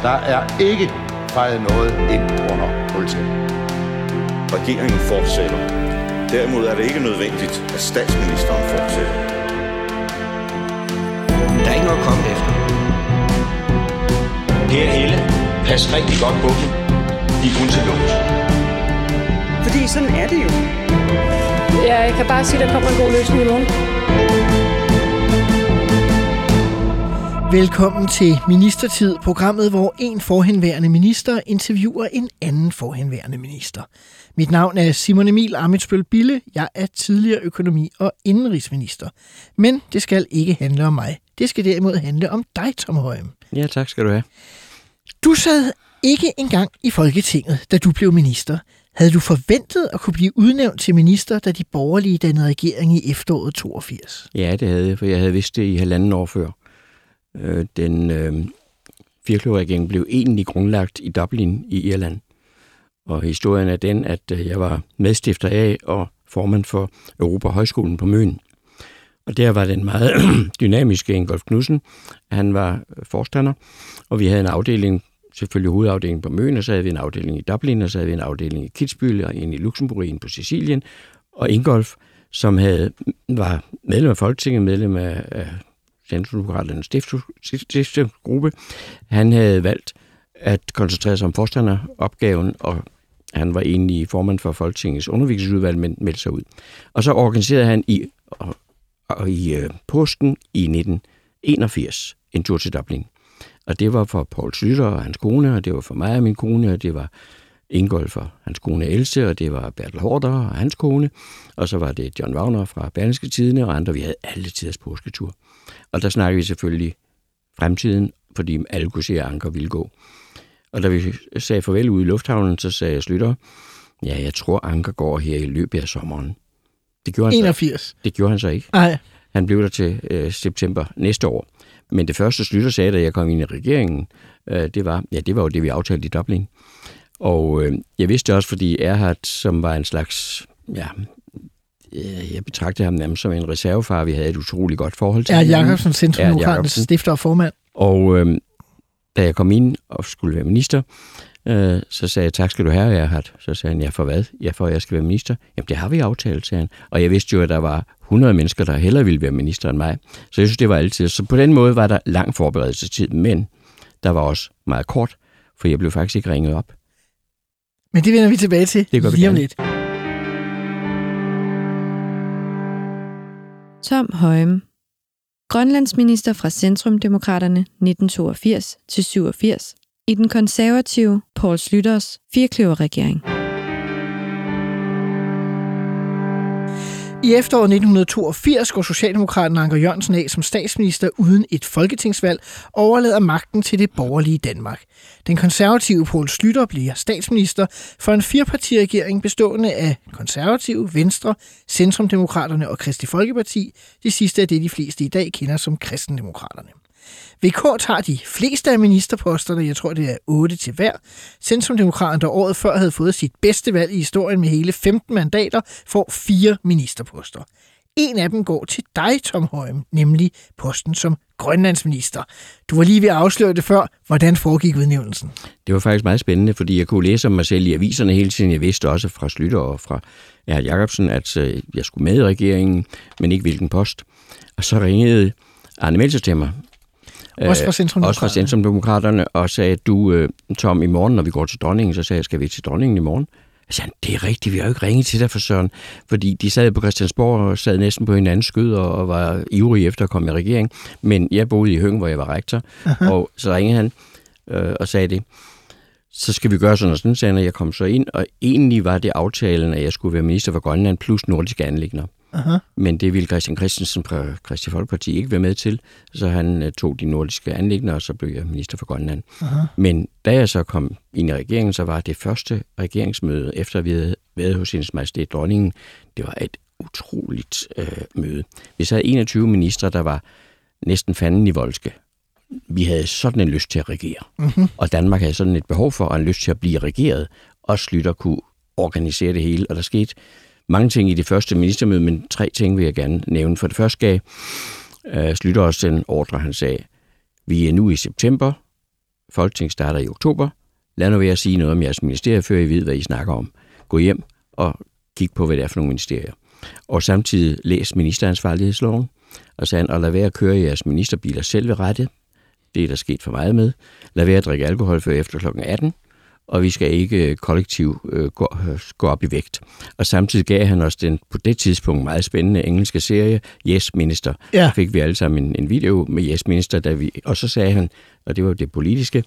Der er ikke fejret noget ind under politiet. Regeringen fortsætter. Derimod er det ikke nødvendigt, at statsministeren fortsætter. Der er ikke noget at komme efter. Per Helle, pas rigtig godt på dem. De er kun til lås. Fordi sådan er det jo. Jeg kan bare sige, at der kommer en god løsning i morgen. Velkommen til Ministertid, programmet, hvor en forhenværende minister interviewer en anden forhenværende minister. Mit navn er Simon Emil Ammitzbøll-Bille. Jeg er tidligere økonomi- og indenrigsminister. Men det skal ikke handle om mig. Det skal derimod handle om dig, Tom Højem. Ja, tak skal du have. Du sad ikke engang i Folketinget, da du blev minister. Havde du forventet at kunne blive udnævnt til minister, da de borgerlige dannede regering i efteråret 82? Ja, det havde jeg, for jeg havde vidst det i 1,5 år før. Den firkløverregering blev egentlig grundlagt i Dublin i Irland. Og historien er den, at jeg var medstifter af og formand for Europa Højskolen på Møn. Og der var den meget dynamiske Ingolf Knudsen. Han var forstander, og vi havde en afdeling, selvfølgelig hovedafdelingen på Møn, og så havde vi en afdeling i Dublin, og så havde vi en afdeling i Kitzbühel, og en i Luxembourg, en på Sicilien. Og Ingolf, som var medlem af Folketinget, medlem af Centrumdemokraternes stiftsgruppe, han havde valgt at koncentrere sig om forstanderopgaven, og han var egentlig formand for Folketingets undervisningsudvalg, men meldte sig ud. Og så organiserede han i påsken i 1981 en tur til Dublin. Og det var for Poul Schlüter og hans kone, og det var for mig og min kone, og det var Ingolf og hans kone Else, og det var Bertel Haarder og hans kone, og så var det John Wagner fra Berlingske Tidende og andre. Vi havde alle tiders påsketur. Og der snakkede vi selvfølgelig fremtiden, fordi alle kunne se, at Anker ville gå. Og da vi sagde farvel ude i lufthavnen, så sagde jeg Schlüter, ja, jeg tror Anker går her i løbet af sommeren. Det gjorde han 81. Det gjorde han så ikke. Nej. Han blev der til september næste år. Men det første Schlüter sagde, da jeg kom ind i regeringen, det var jo det, vi aftalte i Dublin. Og jeg vidste også, fordi Erhard, som var en slags, jeg betragtede ham nærmest som en reservefar. Vi havde et utroligt godt forhold til ham. Jacobsen, Centrumdemokraternes stifter og formand. Og da jeg kom ind og skulle være minister, så sagde jeg, tak skal du have, Erhard. Så sagde han, ja for hvad? Ja for, at jeg skal være minister. Jamen det har vi aftalt, sagde han. Og jeg vidste jo, at der var 100 mennesker, der hellere ville være minister end mig. Så jeg synes, det var altid. Så på den måde var der lang forberedelsestid, men der var også meget kort, for jeg blev faktisk ikke ringet op. Men det vender vi tilbage til lige om lidt. Tom Højem, grønlandsminister fra Centrumdemokraterne 1982 til 87 i den konservative Poul Schlüters firkløverregering. I efteråret 1982 går Socialdemokraten Anker Jørgensen af som statsminister uden et folketingsvalg og overlader magten til det borgerlige Danmark. Den konservative Poul Schlüter bliver statsminister for en firepartiregering bestående af konservative, Venstre, Centrumdemokraterne og Kristeligt Folkeparti. Det sidste er det, de fleste i dag kender som Kristendemokraterne. VK tager de fleste af ministerposterne, jeg tror det er 8 til hver. Centrumdemokraterne, der året før havde fået sit bedste valg i historien med hele 15 mandater, får 4 ministerposter. En af dem går til dig, Tom Højem, nemlig posten som grønlandsminister. Du var lige ved at afsløre det før. Hvordan foregik udnævnelsen? Det var faktisk meget spændende, fordi jeg kunne læse om mig selv i aviserne hele tiden. Jeg vidste også fra Schlüter og fra Erhard Jacobsen, at jeg skulle med i regeringen, men ikke hvilken post. Og så ringede Arne Melchior til mig. Også fra Centrumdemokraterne, og sagde, du Tom, i morgen, når vi går til dronningen, så sagde jeg, skal vi til dronningen i morgen? Jeg sagde, det er rigtigt, vi har jo ikke ringet til dig for Søren, fordi de sad på Christiansborg og sad næsten på hinandens skød og var ivrige efter at komme i regering, men jeg boede i Høng, hvor jeg var rektor, og så ringede han og sagde det. Så skal vi gøre sådan og sådan, sagde han, og jeg kom så ind, og egentlig var det aftalen, at jeg skulle være minister for Grønland plus nordiske anliggender. Aha. Men det ville Christian Christensen fra Kristeligt Folkeparti ikke være med til, så han tog de nordiske anliggender, og så blev jeg minister for Grønland. Aha. Men da jeg så kom ind i regeringen, så var det første regeringsmøde, efter vi havde været hos hendes majestæt dronningen, det var et utroligt møde. Vi sad 21 ministre, der var næsten fandenivoldske. Vi havde sådan en lyst til at regere, og Danmark havde sådan et behov for og en lyst til at blive regeret, og Schlüter kunne organisere det hele, og der skete mange ting i det første ministermøde, men 3 ting vil jeg gerne nævne. For det første gav Schlüter også en ordre, han sagde, vi er nu i september, Folketing starter i oktober. Lad nu være at sige noget om jeres ministerier, før I ved, hvad I snakker om. Gå hjem og kig på, hvad det er for nogle ministerier. Og samtidig læs ministeransvarlighedsloven, og sagde, og lad være at køre jeres ministerbiler selv ved rette. Det er der sket for meget med. Lad være at drikke alkohol før efter kl. 18, og vi skal ikke kollektivt gå op i vægt. Og samtidig gav han os den på det tidspunkt meget spændende engelske serie, Yes Minister. Ja. Der fik vi alle sammen en video med Yes Minister, og så sagde han, og det var det politiske,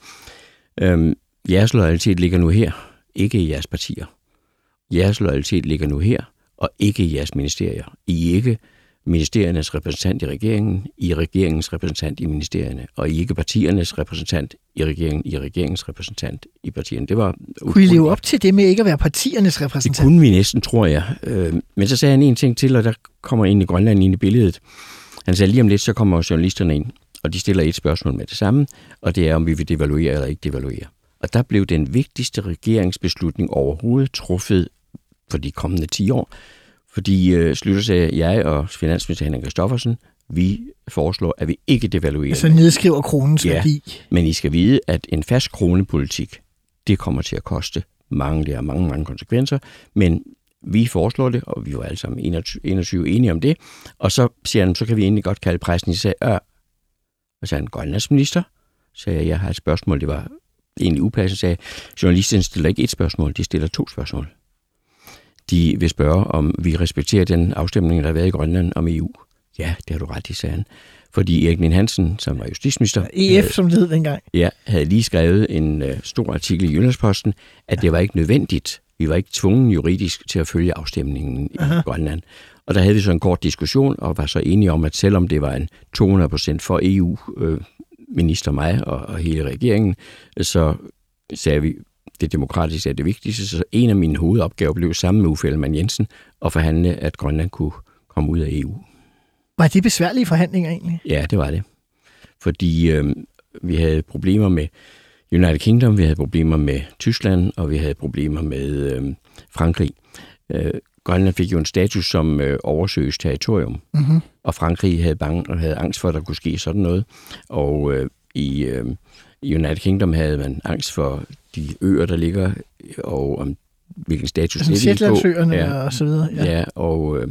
jeres loyalitet ligger nu her, ikke i jeres partier. Jeres loyalitet ligger nu her, og ikke i jeres ministerier. I er ikke ministeriernes repræsentant i regeringen, I er regeringens repræsentant i ministerierne, og I er ikke partiernes repræsentant i regeringen, I er regeringens repræsentant i partierne. Det var kunne I leve op til det med ikke at være partiernes repræsentant? Det kunne vi næsten, tror jeg. Men så sagde han en ting til, og der kommer ind i Grønland ind i billedet. Han sagde, lige om lidt, så kommer journalisterne ind, og de stiller et spørgsmål med det samme, og det er, om vi vil devaluere eller ikke devaluere. Og der blev den vigtigste regeringsbeslutning overhovedet truffet for de kommende 10 år, fordi Schlüter sagde, jeg og finansminister Henrik Kristoffersen, vi foreslår, at vi ikke devaluerer. Altså nedskriver kronens værdi. Men I skal vide, at en fast kronepolitik, det kommer til at koste mange konsekvenser, men vi foreslår det, og vi var alle sammen 21 enige om det, og så siger han, så kan vi egentlig godt kalde pressen, så sagde og så er han grønlandsminister, sagde jeg har et spørgsmål, det var egentlig upassende, sagde journalisten stiller ikke et spørgsmål, de stiller 2 spørgsmål. De vil spørge, om vi respekterer den afstemning, der har været i Grønland om EU. Ja, det har du ret i, sagde han. Fordi Erik Ninn-Hansen, som var justitsminister... EF, som det hed dengang. Ja, havde lige skrevet en stor artikel i Jyllandsposten, at det var ikke nødvendigt. Vi var ikke tvunget juridisk til at følge afstemningen i Grønland. Og der havde vi så en kort diskussion, og var så enige om, at selvom det var en 200% for EU, minister mig og hele regeringen, så sagde vi, det demokratiske er det vigtigste, så en af mine hovedopgaver blev sammen med Uffe Ellemann-Jensen at forhandle, at Grønland kunne komme ud af EU. Var det besværlige forhandlinger egentlig? Ja, det var det. Fordi vi havde problemer med United Kingdom, vi havde problemer med Tyskland, og vi havde problemer med Frankrig. Grønland fik jo en status som oversøisk territorium, og Frankrig havde angst for, at der kunne ske sådan noget. Og i United Kingdom havde man angst for de øer, der ligger, og om hvilken status det er på. Shetlandsøerne og så videre. Ja, og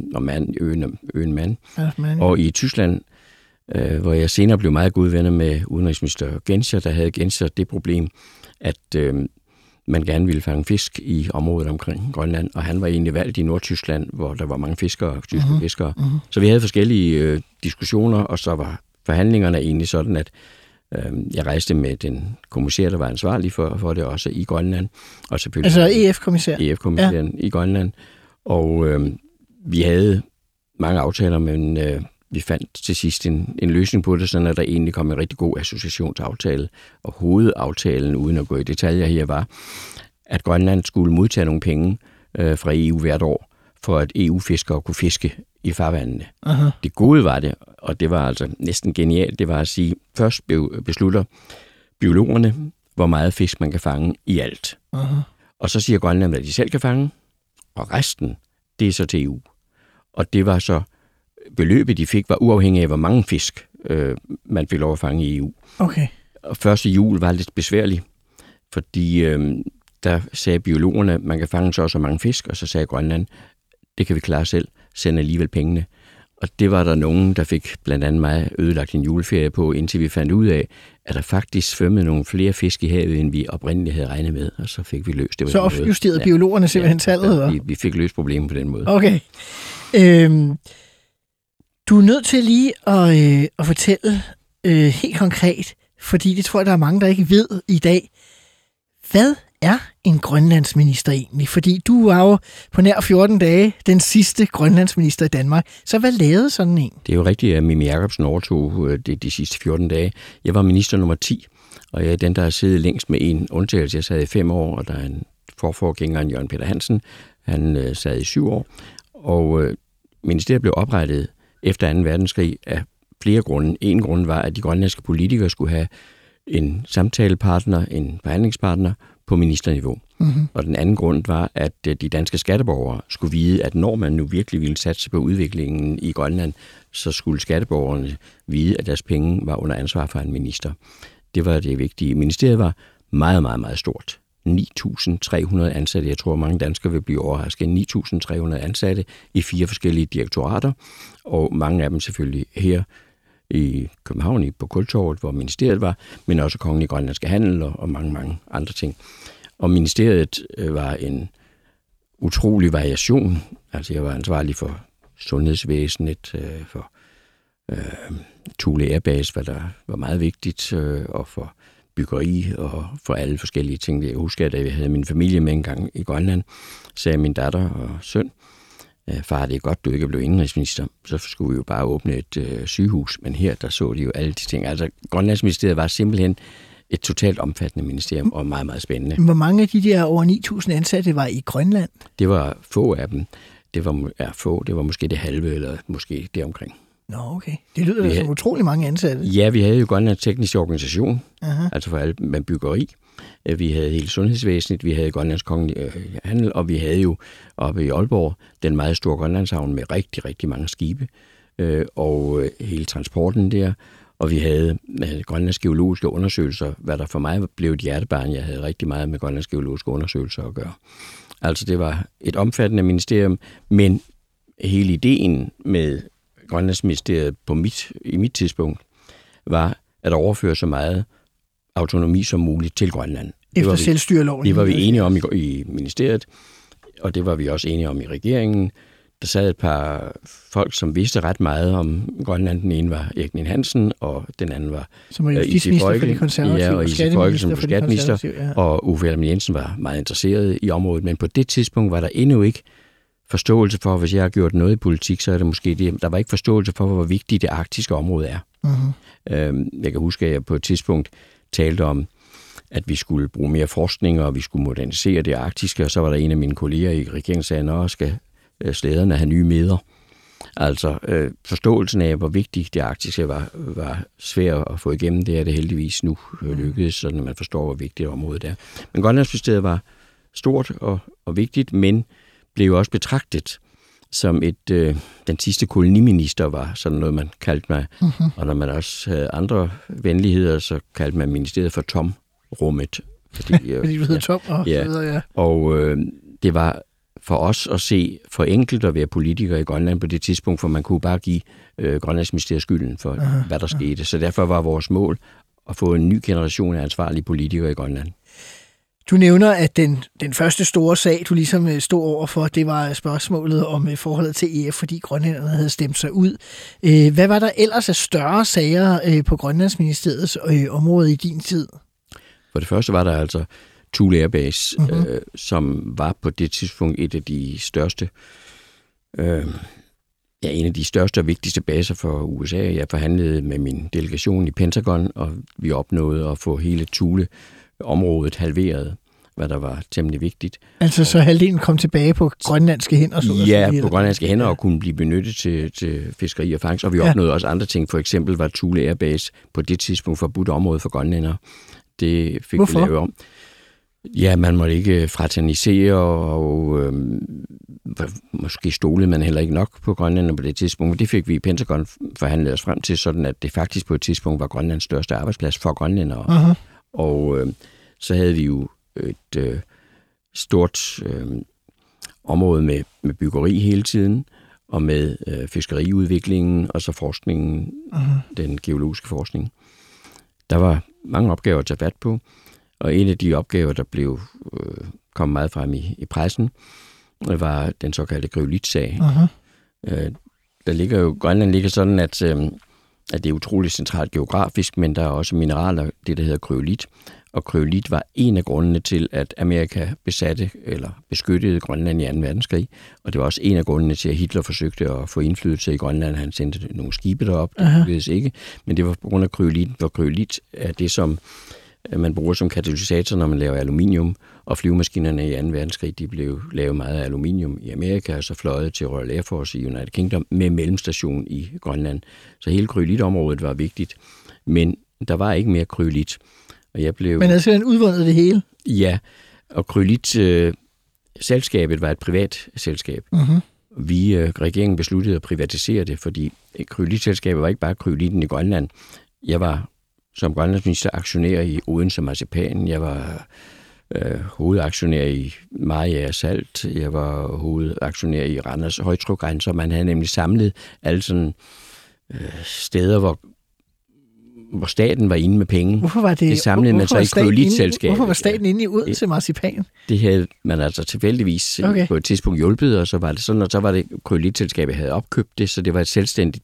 øen Man. Ja, og i Tyskland, hvor jeg senere blev meget gode venner med udenrigsminister Genscher, der havde Genscher det problem, at man gerne ville fange fisk i området omkring Grønland, og han var egentlig valgt i Nordtyskland, hvor der var mange fiskere, tyske fiskere. Så vi havde forskellige diskussioner, og så var forhandlingerne egentlig sådan, at jeg rejste med den kommissær, der var ansvarlig for det også i Grønland. Og selvfølgelig altså EF-kommissær? EF-kommissæren i Grønland. Og vi havde mange aftaler, men vi fandt til sidst en løsning på det, sådan at der egentlig kom en rigtig god associationsaftale. Og hovedaftalen, uden at gå i detaljer her, var, at Grønland skulle modtage nogle penge fra EU hvert år, for at EU-fiskere kunne fiske i farvandene. Det gode var det, og det var altså næsten genialt, det var at sige, først beslutter biologerne, hvor meget fisk man kan fange i alt. Og så siger Grønland, hvad de selv kan fange, og resten, det er så til EU. Og det var så, beløbet de fik, var uafhængigt af, hvor mange fisk man fik lov at fange i EU. Okay. Og første jul var lidt besværlig, fordi der sagde biologerne, man kan fange så mange fisk, og så sagde Grønland, det kan vi klare selv, sende alligevel pengene. Og det var der nogen, der fik blandt andet mig ødelagt en juleferie på, indtil vi fandt ud af, at der faktisk svømmede nogle flere fisk i havet, end vi oprindeligt havde regnet med, og så fik vi løst det. Så justerede biologerne simpelthen tallet? Ja, vi fik løst problemet på den måde. Okay. Du er nødt til lige at fortælle helt konkret, fordi det tror jeg, der er mange, der ikke ved i dag. Hvad er en grønlandsminister egentlig? Fordi du var jo på nær 14 dage den sidste grønlandsminister i Danmark. Så hvad lavede sådan en? Det er jo rigtigt, at Mimi Jakobsen overtog de sidste 14 dage. Jeg var minister nummer 10, og jeg er den, der har siddet længst med en undtagelse. Jeg sad i 5 år, og der er en forgænger, Jørgen Peter Hansen. Han sad i 7 år. Og ministeriet blev oprettet efter 2. verdenskrig af flere grunde. En grund var, at de grønlandske politikere skulle have en samtalepartner, en forhandlingspartner på ministerniveau. Og den anden grund var, at de danske skatteborgere skulle vide, at når man nu virkelig ville satse på udviklingen i Grønland, så skulle skatteborgerne vide, at deres penge var under ansvar for en minister. Det var det vigtige. Ministeriet var meget, meget, meget stort. 9.300 ansatte. Jeg tror, mange danskere vil blive overrasket. 9.300 ansatte i 4 forskellige direktorater, og mange af dem selvfølgelig her i København på Kultorvet, hvor ministeriet var, men også Kongelig Grønlandske Handel og mange, mange andre ting. Og ministeriet var en utrolig variation. Altså jeg var ansvarlig for sundhedsvæsenet, for Thule Airbase, hvad der var meget vigtigt, og for byggeri og for alle forskellige ting. Jeg husker, at da jeg havde min familie med en gang i Grønland, sagde min datter og søn, far, det er godt, du ikke er blevet indenrigsminister, så skulle vi jo bare åbne et sygehus. Men her, der så de jo alle de ting. Altså, Grønlandsministeriet var simpelthen et totalt omfattende ministerium og meget, meget spændende. Hvor mange af de der over 9.000 ansatte var i Grønland? Det var få af dem. Det var måske det halve, eller måske deromkring. Nå, okay. Det lyder da som utrolig mange ansatte. Ja, vi havde jo Grønlands Tekniske Organisation, altså for alt med byggeri. Vi havde hele sundhedsvæsenet, vi havde Grønlands Kongelige Handel, og vi havde jo oppe i Aalborg den meget store Grønlandshavn med rigtig, rigtig mange skibe, og hele transporten der. Og vi havde Grønlands Geologiske Undersøgelser, hvad der for mig blev et hjertebarn. Jeg havde rigtig meget med Grønlands Geologiske Undersøgelser at gøre. Altså det var et omfattende ministerium, men hele ideen med Grønlandsministeriet i mit tidspunkt var at overføre så meget autonomi som muligt til Grønland. Efter selvstyreloven. Det var vi enige om i ministeriet, og det var vi også enige om i regeringen. Der sad et par folk, som vidste ret meget om Grønland. Den ene var Erik Ninn-Hansen, og den anden var justitsminister for de konservative. Ja, og I.C. Folke som skatteminister, ja. Og Uffe Ellemann-Jensen var meget interesseret i området. Men på det tidspunkt var der endnu ikke forståelse for, hvis jeg har gjort noget i politik, så er det måske det. Der var ikke forståelse for, hvor vigtigt det arktiske område er. Jeg kan huske, at jeg på et tidspunkt talte om, at vi skulle bruge mere forskning, og vi skulle modernisere det arktiske, og så var der en af mine kolleger i regeringen, der sagde, skal slæderne have nye meder. Altså forståelsen af, hvor vigtigt det arktiske var svært at få igennem, det er det heldigvis nu lykkedes, så man forstår, hvor vigtigt området er. Men Grønlandsministeriet var stort og vigtigt, men blev også betragtet som den sidste koloniminister var sådan noget, man kaldte mig. Og når man også havde andre venligheder, så kaldte man ministeriet for tomrummet. Fordi du hedder Tom og så videre, ja. Og det var for os at se for enkelt at være politiker i Grønland på det tidspunkt, for man kunne bare give Grønlandsministeriet skylden for, hvad der skete. Så derfor var vores mål at få en ny generation af ansvarlige politikere i Grønland. Du nævner, at den første store sag, du ligesom stod over for, det var spørgsmålet om forholdet til EF, fordi grønlænderne havde stemt sig ud. Hvad var der ellers af større sager på Grønlandsministeriets område i din tid? For det første var der altså Thule Airbase, som var på det tidspunkt et af de største, en af de største og vigtigste baser for USA. Jeg forhandlede med min delegation i Pentagon, og vi opnåede at få hele Thule-området halveret, hvad der var temmelig vigtigt. Altså så halvdelen kom tilbage på grønlandske hænder? Så ja, på grønlandske hænder og kunne blive benyttet til fiskeri og fangst, og vi opnåede også andre ting. For eksempel var Thule Airbase på det tidspunkt forbudt område for grønlændere. Det fik vi lavet om. Ja, man måtte ikke fraternisere, og måske stolede man heller ikke nok på grønlænderne på det tidspunkt. Men det fik vi i Pentagon forhandlet os frem til, sådan at det faktisk på et tidspunkt var Grønlands største arbejdsplads for grønlændere. Og så havde vi jo et stort område med byggeri hele tiden, og med fiskeriudviklingen, og så forskningen, den geologiske forskning. Der var mange opgaver at tage fat på, og en af de opgaver, der kom meget frem i pressen, var den såkaldte kryolitsag. Grønland ligger sådan, at det er utroligt centralt geografisk, men der er også mineraler, det der hedder kryolit. Og kryolit var en af grundene til, at Amerika besatte eller beskyttede Grønland i 2. verdenskrig. Og det var også en af grundene til, at Hitler forsøgte at få indflydelse i Grønland. Han sendte nogle skibe derop, det lykkedes ikke. Men det var på grund af kryoliten, for kryolit er det, som man bruger som katalysator, når man laver aluminium. Og flyvemaskinerne i 2. verdenskrig, de blev lavet meget af aluminium i Amerika, og så fløjet til Royal Air Force i United Kingdom med mellemstation i Grønland. Så hele kryolitområdet var vigtigt. Men der var ikke mere kryolit. Men altså han udvundet det hele? Ja, og kryolit-selskabet var et privat selskab. Regeringen besluttede at privatisere det, fordi kryolit-selskabet var ikke bare kryolitten i Grønland. Jeg var som grønlandsminister aktionær i Odense Marcipan. Jeg var hovedaktionær i Mariager Salt. Jeg var hovedaktionær i Randers Højtrykgrænser. Man havde nemlig samlet alle sådan steder, hvor staten var inde med penge. Hvorfor var det samlede man så i kryolitselskabet. Hvorfor var staten inde i Odense Marcipan? Det havde man altså tilfældigvis på et tidspunkt hjulpet, og så var det sådan, og så var det kryolitselskabet havde opkøbt det, så det var et selvstændigt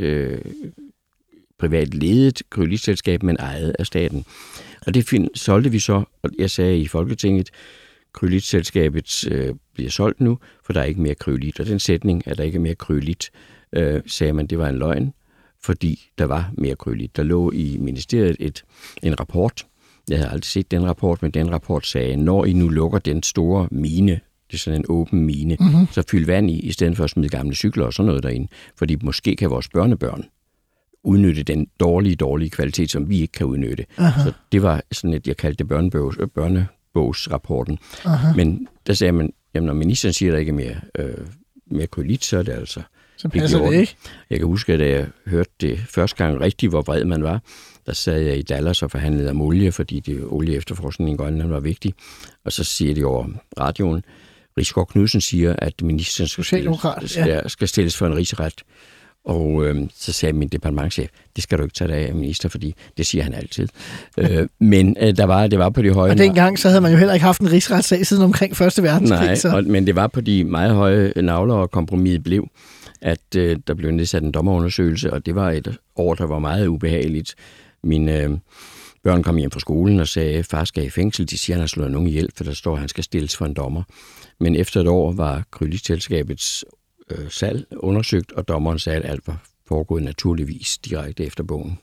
privat ledet kryolitselskab, men ejet af staten. Og det solgte vi så, og jeg sagde i Folketinget, kryolitselskabet bliver solgt nu, for der er ikke mere kryolit. Og den sætning, at der ikke er mere kryolit, sagde man, det var en løgn, fordi der var mere kryolit. Der lå i ministeriet en rapport. Jeg havde aldrig set den rapport, men den rapport sagde, når I nu lukker den store mine, det er sådan en åben mine, så fyld vand i stedet for at smide gamle cykler og sådan noget derinde, fordi måske kan vores børnebørn udnytte den dårlige kvalitet, som vi ikke kan udnytte. Så det var sådan et, jeg kaldte det børnebogsrapporten. Men der sagde man, jamen når ministeren siger, at der ikke er mere kryolit, så er det altså så passer det ikke. Jeg kan huske, at jeg hørte det første gang rigtigt, hvor vred man var. Der sad jeg i Dallas og forhandlede om olie, fordi det olieefterforskningen i Grønland var vigtig. Og så siger de over radioen, Rigsgaard Knudsen siger, at ministeren skal stilles for en rigsret. Og så sagde min departementschef, det skal du ikke tage af minister, fordi det siger han altid. Men det var på de høje... Og dengang så havde man jo heller ikke haft en rigsretssag siden omkring 1. verdenskrig. Nej, men det var på de meget høje navler, og kompromiset blev, at der blev nedsat en dommerundersøgelse, og det var et år, der var meget ubehageligt. Mine børn kom hjem fra skolen og sagde, far skal i fængsel. De siger, han har slået nogen ihjel, for der står, at han skal stilles for en dommer. Men efter et år var kryolitselskabets salg undersøgt, og dommeren sagde, at alt var foregået naturligvis direkte efter bogen.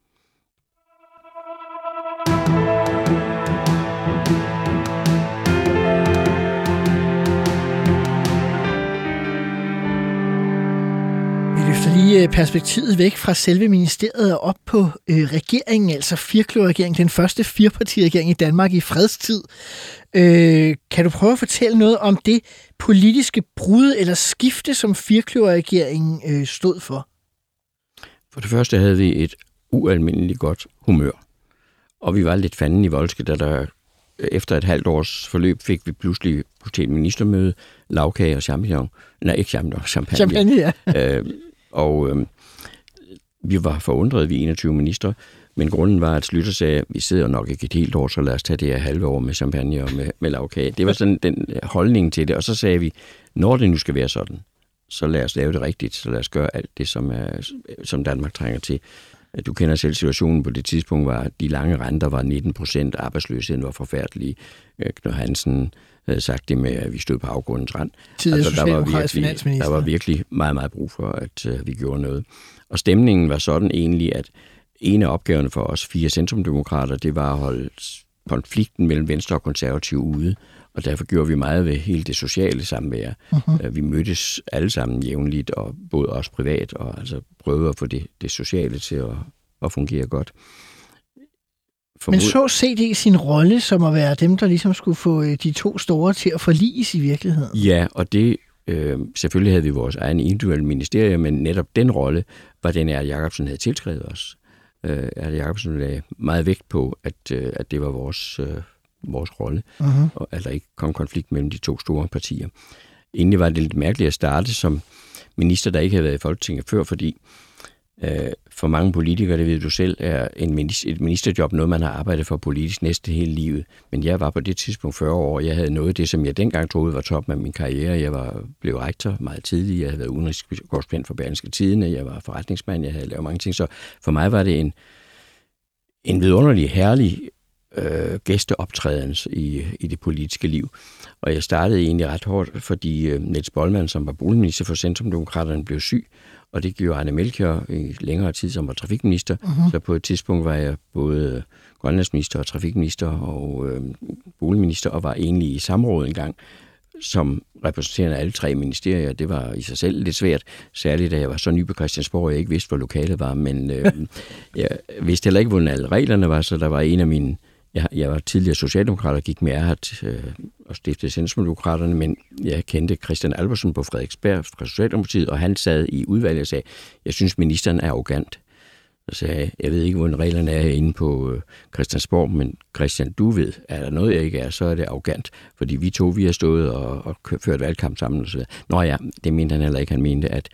Vi løfter lige perspektivet væk fra selve ministeriet og op på regeringen, altså firkløverregeringen, den første firepartiregering i Danmark i fredstid. Kan du prøve at fortælle noget om det politiske brud eller skifte, som firkløverregeringen stod for? For det første havde vi et ualmindeligt godt humør, og vi var lidt fanden i voldske, da der efter et halvt års forløb fik vi pludselig på et ministermøde lagkage og champagne. Nej, ikke champagne. Champagne, ja. Vi var forundrede, vi 21 ministre, men grunden var, at Slytter sagde, at vi sidder nok ikke et helt år, så lad os tage det her halve år med champagne og med lagkage. Det var sådan den holdning til det, og så sagde vi, når det nu skal være sådan, så lad os lave det rigtigt, så lad os gøre alt det, som Danmark trænger til. Du kender selv situationen på det tidspunkt, var de lange renter var 19%, arbejdsløsheden var forfærdelig. Knud Hansen havde sagt det med, at vi stod på afgrundens rand. Der var virkelig meget, meget brug for, at vi gjorde noget. Og stemningen var sådan egentlig, at en af opgaverne for os 4 centrumdemokrater, det var at holde konflikten mellem Venstre og Konservative ude. Og derfor gjorde vi meget ved hele det sociale samvær. Vi mødtes alle sammen jævnligt, og både os privat, og altså prøvede at få det sociale til at fungere godt. Men så CD i sin rolle som at være dem, der ligesom skulle få de to store til at forliges i virkeligheden? Ja, og det selvfølgelig havde vi vores egen individuelle ministerium, men netop den rolle var den, at Jacobsen havde tilskrevet os. At Jacobsen lagde meget vægt på, at det var vores rolle, og at der ikke kom konflikt mellem de to store partier. Egentlig var det lidt mærkeligt at starte som minister, der ikke havde været i Folketinget før, fordi for mange politikere, det ved du selv, er et ministerjob noget, man har arbejdet for politisk næste hele livet. Men jeg var på det tidspunkt 40 år, jeg havde nået det, som jeg dengang troede var top af min karriere. Jeg blev rektor meget tidligt, jeg havde været udenrigskorrespondent for Berlingske Tidende, jeg var forretningsmand, jeg havde lavet mange ting, så for mig var det en vidunderlig, herlig gæsteoptræden i det politiske liv. Og jeg startede egentlig ret hårdt, fordi Niels Bollmann, som var boligminister for Centrumdemokraterne, blev syg, og det gjorde Arne Melchior i længere tid, som var trafikminister. Så på et tidspunkt var jeg både grønlandsminister og trafikminister og boligminister, og var egentlig i samråd en gang, som repræsenterende alle 3 ministerier. Det var i sig selv lidt svært, særligt da jeg var så ny på Christiansborg, og jeg ikke vidste, hvor lokalet var, men jeg vidste heller ikke, hvordan alle reglerne var, så der var en af mine... Jeg var tidligere socialdemokrat og gik med Erhardt og stiftede Centrumdemokraterne, men jeg kendte Christian Albertsen på Frederiksberg fra Socialdemokratiet, og han sad i udvalget og sagde, jeg synes, ministeren er arrogant. Så sagde jeg ved ikke, hvordan reglerne er inde på Christiansborg, men Christian, du ved, er der noget, jeg ikke er, så er det arrogant. Fordi vi har stået og ført valgkamp sammen og så videre. Nå ja, det mente han heller ikke. Han mente, at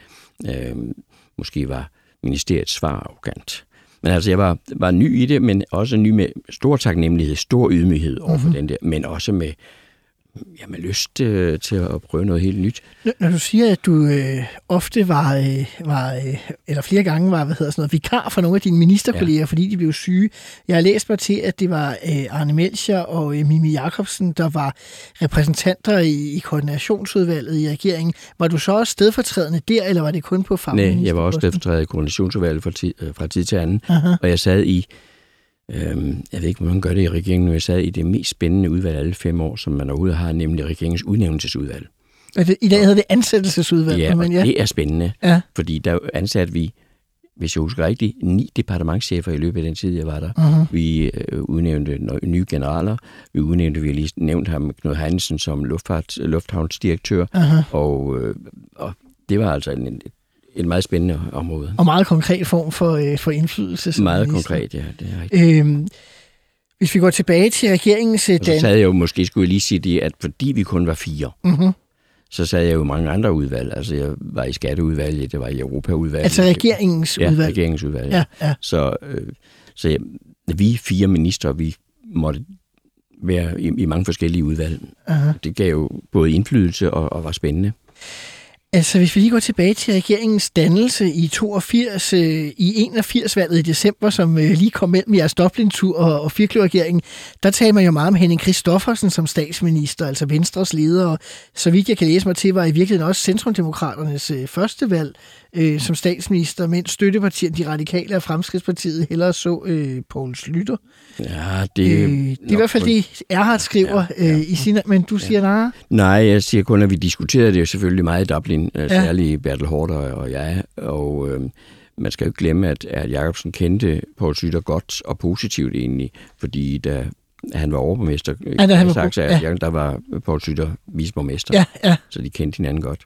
måske var ministeriets svar arrogant. Men altså, jeg var ny i det, men også ny med stor taknemmelighed, stor ydmyghed overfor den der, men også med lyst til at prøve noget helt nyt. Når du siger, at du ofte var eller flere gange var, vikar for nogle af dine ministerkolleger, fordi de blev syge. Jeg har læst mig til, at det var Arne Melchior og Mimi Jakobsen, der var repræsentanter i koordinationsudvalget i regeringen. Var du så også stedfortrædende der, eller var det kun på fagminister? Nej, jeg var også stedfortræder i koordinationsudvalget fra tid til anden, og jeg sad i jeg ved ikke, hvordan man gør det i regeringen, når jeg sad i det mest spændende udvalg alle 5 år, som man overhovedet har, nemlig regeringens udnævnelsesudvalg. I dag hedder det ansættelsesudvalg. Ja, og det er spændende, fordi der ansatte vi, hvis jeg husker rigtigt, 9 departementschefer i løbet af den tid, jeg var der. Vi udnævnte nye generaler, vi har lige nævnt ham, Knud Heinsen, som lufthavnsdirektør, og det var altså et meget spændende område. Og meget konkret form for indflydelse. Meget konkret, ja. Det er rigtigt. Hvis vi går tilbage til regeringens... Så sad jeg jo måske, skulle jeg lige sige det, at fordi vi kun var 4, så sad jeg jo i mange andre udvalg. Altså, jeg var i skatteudvalget, det var i Europaudvalget. Altså regeringens udvalg? Ja, regeringens udvalg. Ja. Så vi 4 ministre, vi måtte være i mange forskellige udvalg. Det gav jo både indflydelse og var spændende. Altså, hvis vi lige går tilbage til regeringens dannelse i 82, i 81-valget i december, som lige kom mellem jeres Dublin-tur og Firkløver-regeringen, der talte man jo meget om Henning Christoffersen som statsminister, altså Venstres leder, og så vidt jeg kan læse mig til, var i virkeligheden også Centrumdemokraternes første valg som statsminister, mens støttepartierne, de radikale og Fremskridtspartiet hellere så Poul Schlüter. Ja, det er i hvert fald det, Erhard skriver i sin... Men du siger nej? Nej, jeg siger kun, at vi diskuterede det jo selvfølgelig meget i Dublin, særligt Bertel Haarder og jeg, og man skal jo ikke glemme, at Jacobsen kendte Poul Schlüter godt og positivt egentlig, fordi da han var overborgmester i Saxe, der var Poul Schlüter viceborgmester, så de kendte hinanden godt.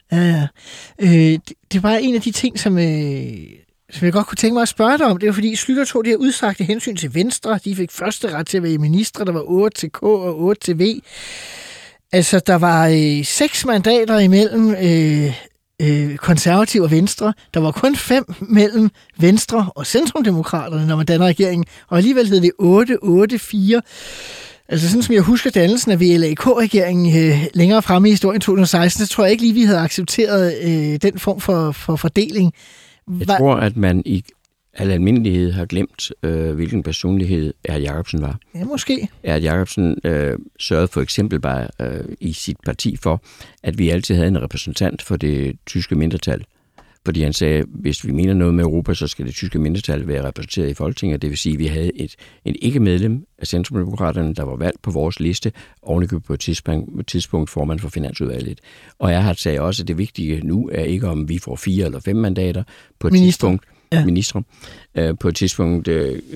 Det var en af de ting, som jeg godt kunne tænke mig at spørge dig om. Det var fordi Schlüter tog det her udsagte hensyn til Venstre. De fik første ret til at være ministre. Der var 8 til K og 8 til V. Altså, der var 6 mandater imellem Konservative og Venstre. Der var kun 5 mellem Venstre og Centrumdemokraterne, når man danner regeringen. Og alligevel hed det 8-8-4. Altså sådan som jeg husker dannelsen af VLAK-regeringen længere fremme i historien 2016, så tror jeg ikke lige, vi havde accepteret den form for fordeling. Jeg tror, at man i al almindelighed har glemt, hvilken personlighed Erhard Jacobsen var. Ja, måske. Erhard Jacobsen sørgede for eksempel bare i sit parti for, at vi altid havde en repræsentant for det tyske mindretal. Fordi han sagde, hvis vi mener noget med Europa, så skal det tyske mindretal være repræsenteret i Folketinget. Det vil sige, at vi havde en ikke-medlem af Centrumdemokraterne, der var valgt på vores liste, ovenikøbet på et tidspunkt formand for Finansudvalget. Og Erhard sagde også, at det vigtige nu er ikke, om vi får 4 eller 5 mandater på et tidspunkt. Ministre. På et tidspunkt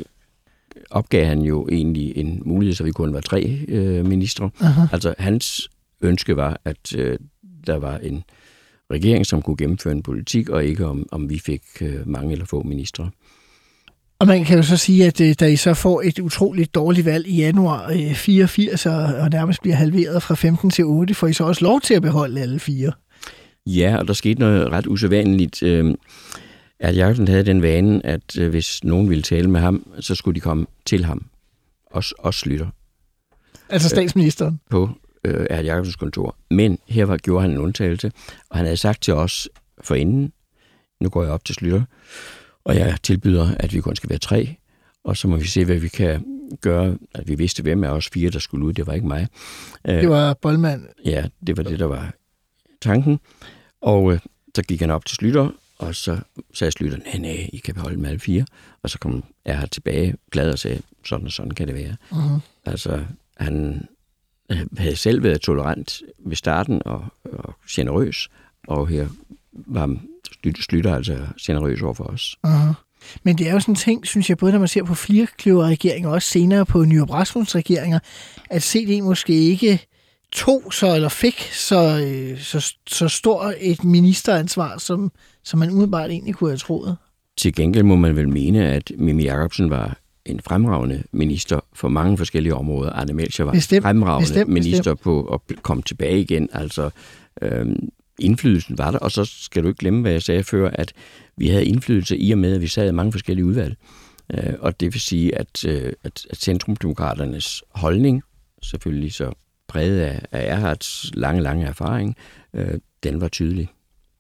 opgav han jo egentlig en mulighed, så vi kun var 3 ministre. Altså hans ønske var, at der var en regering, som kunne gennemføre en politik, og ikke om vi fik mange eller få ministre. Og man kan jo så sige, at da I så får et utroligt dårligt valg i januar 84, og nærmest bliver halveret fra 15 til 8, får I så også lov til at beholde alle 4? Ja, og der skete noget ret usædvanligt. Erhard Jacobsen havde den vane, at hvis nogen ville tale med ham, så skulle de komme til ham. Også Schlüter. Altså statsministeren? På Erhard Jacobsens kontor. Men her gjorde han en undtagelse, og han havde sagt til os forinden, nu går jeg op til Schlüter, og jeg tilbyder, at vi kun skal være 3, og så må vi se, hvad vi kan gøre. At vi vidste, hvem af os 4, der skulle ud. Det var ikke mig. Det var Bollmann. Ja, det var det, der var tanken. Og så gik han op til Schlüter, og så sagde Schlüter, nej, I kan beholde dem alle 4. Og så kom Erhard tilbage, glad og sagde, sådan og sådan kan det være. Altså, han havde selv været tolerant ved starten og generøs, og her var Schlüter altså generøs over for os. Men det er jo sådan en ting, synes jeg, både når man ser på Firkløver-regeringer og også senere på Nyrup Rasmussens regeringer, at CD måske ikke tog så eller fik så stor et ministeransvar, som man umiddelbart egentlig kunne have troet. Til gengæld må man vel mene, at Mimi Jakobsen var en fremragende minister for mange forskellige områder. Arne Melchior var en fremragende minister på at komme tilbage igen. Altså, indflydelsen var der, og så skal du ikke glemme, hvad jeg sagde før, at vi havde indflydelse i og med, at vi sad i mange forskellige udvalg. Og det vil sige, at Centrumdemokraternes holdning, selvfølgelig så præget af Erhards lange erfaring, den var tydelig.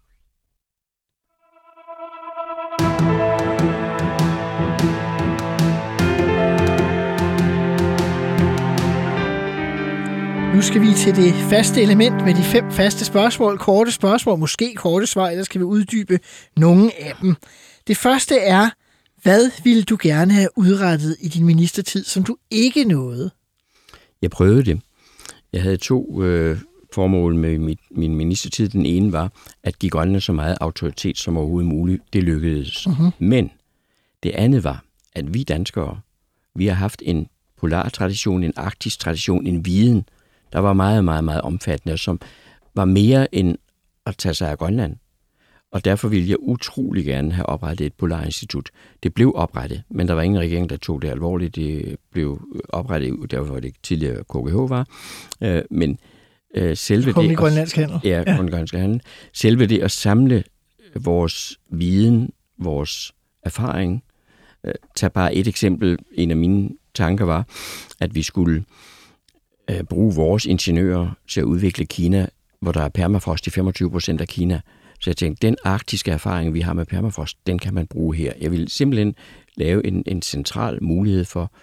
Nu skal vi til det faste element med de 5 faste spørgsmål. Korte spørgsmål, måske korte svar, ellers skal vi uddybe nogle af dem. Det første er, hvad ville du gerne have udrettet i din ministertid, som du ikke nåede? Jeg prøvede det. Jeg havde 2 formål med min ministertid. Den ene var at give Grønland så meget autoritet som overhovedet muligt. Det lykkedes. Men det andet var, at vi danskere, vi har haft en polar tradition, en arktisk tradition, en viden, der var meget, meget, meget omfattende, som var mere end at tage sig af Grønland. Og derfor ville jeg utrolig gerne have oprettet et polarinstitut. Det blev oprettet, men der var ingen regering, der tog det alvorligt. Det blev oprettet, der hvor det tidligere KGH var. Men selve det... Grønlandsk handel. Ja, Grønlandsk handel. Selve det at samle vores viden, vores erfaring. Tag bare et eksempel. En af mine tanker var, at vi skulle bruge vores ingeniører til at udvikle Kina, hvor der er permafrost i 25% af Kina. Så jeg tænkte, den arktiske erfaring, vi har med permafrost, den kan man bruge her. Jeg vil simpelthen lave en central mulighed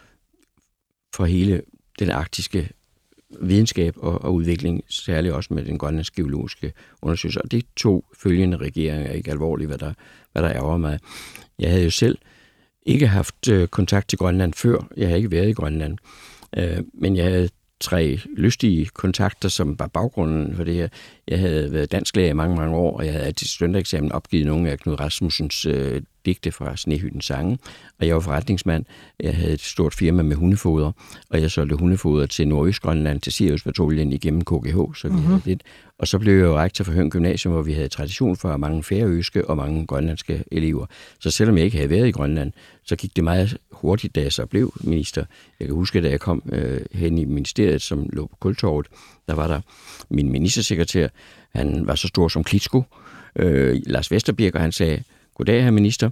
for hele den arktiske videnskab og udvikling, særligt også med den grønlandske geologiske undersøgelse. Og det tog følgende regeringer ikke alvorligt, hvad der ærger mig. Jeg havde jo selv ikke haft kontakt til Grønland før. Jeg havde ikke været i Grønland. Men jeg havde 3 lystige kontakter, som var baggrunden for det her. Jeg havde været dansklærer i mange, mange år, og jeg havde til studentereksamen opgivet nogle af Knud Rasmussens digte fra Snehyttens sange, og jeg var forretningsmand. Jeg havde et stort firma med hundefoder, og jeg solgte hundefoder til Nordøstgrønland, til Siriuspatruljen igennem KGH, så vi havde det. Og så blev jeg jo rektor for Høng Gymnasium, hvor vi havde tradition for mange færøske og mange grønlandske elever. Så selvom jeg ikke havde været i Grønland, så gik det meget hurtigt, da jeg så blev minister. Jeg kan huske, da jeg kom hen i ministeriet, som lå på Kultorvet, der var der min ministersekretær. Han var så stor som Klitschko, Lars Vesterbirk, og han sagde, goddag, herr minister.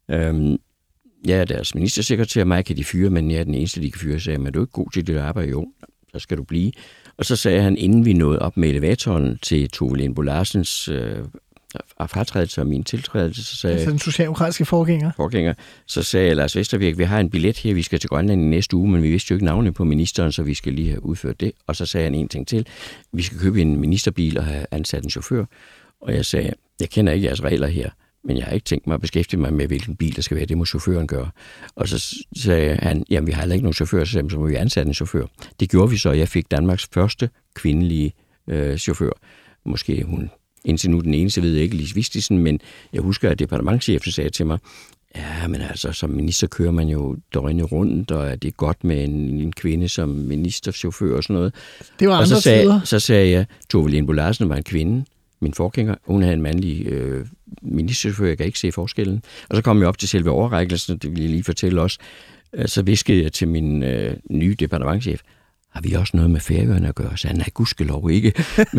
Jeg er deres ministersekretær, mig kan de fyre, men jeg er den eneste, de kan fyre. Jeg sagde, men du er ikke god til dit arbejde? Jo, så skal du blive. Og så sagde han, inden vi nåede op med elevatoren til Tove Lenbo Larsens fratrædelse og min tiltrædelse, så sagde altså den socialdemokratiske forgænger. Så sagde Lars Vesterbirk, vi har en billet her, vi skal til Grønland i næste uge, men vi vidste jo ikke navnet på ministeren, så vi skal lige have udført det. Og så sagde han en ting til, vi skal købe en ministerbil og have ansat en chauffør. Og jeg sagde, jeg kender ikke jeres regler her, men jeg har ikke tænkt mig at beskæftige mig med, hvilken bil der skal være. Det må chaufføren gøre. Og så sagde han, jamen vi har heller ikke nogen chauffør, så må vi ansætte en chauffør. Det gjorde vi så, og jeg fik Danmarks første kvindelige chauffør. Måske hun indtil nu den eneste, ved jeg ikke, Lise Vistisen, men jeg husker, at departementschefen sagde til mig, ja, men altså som minister kører man jo døgnet rundt, og er det godt med en kvinde som ministerchauffør og sådan noget. Det var andre tider. Så sagde jeg, Tove Lenbo Larsen var en kvinde, min forgænger, hun havde en mandlig ministerchauffør, jeg kan ikke se forskellen. Og så kom jeg op til selve overrækkelsen, det vil jeg lige fortælle også. Så viskede jeg til min nye departementschef, har vi også noget med Færøerne at gøre? Så han, nej, gudskelov ikke.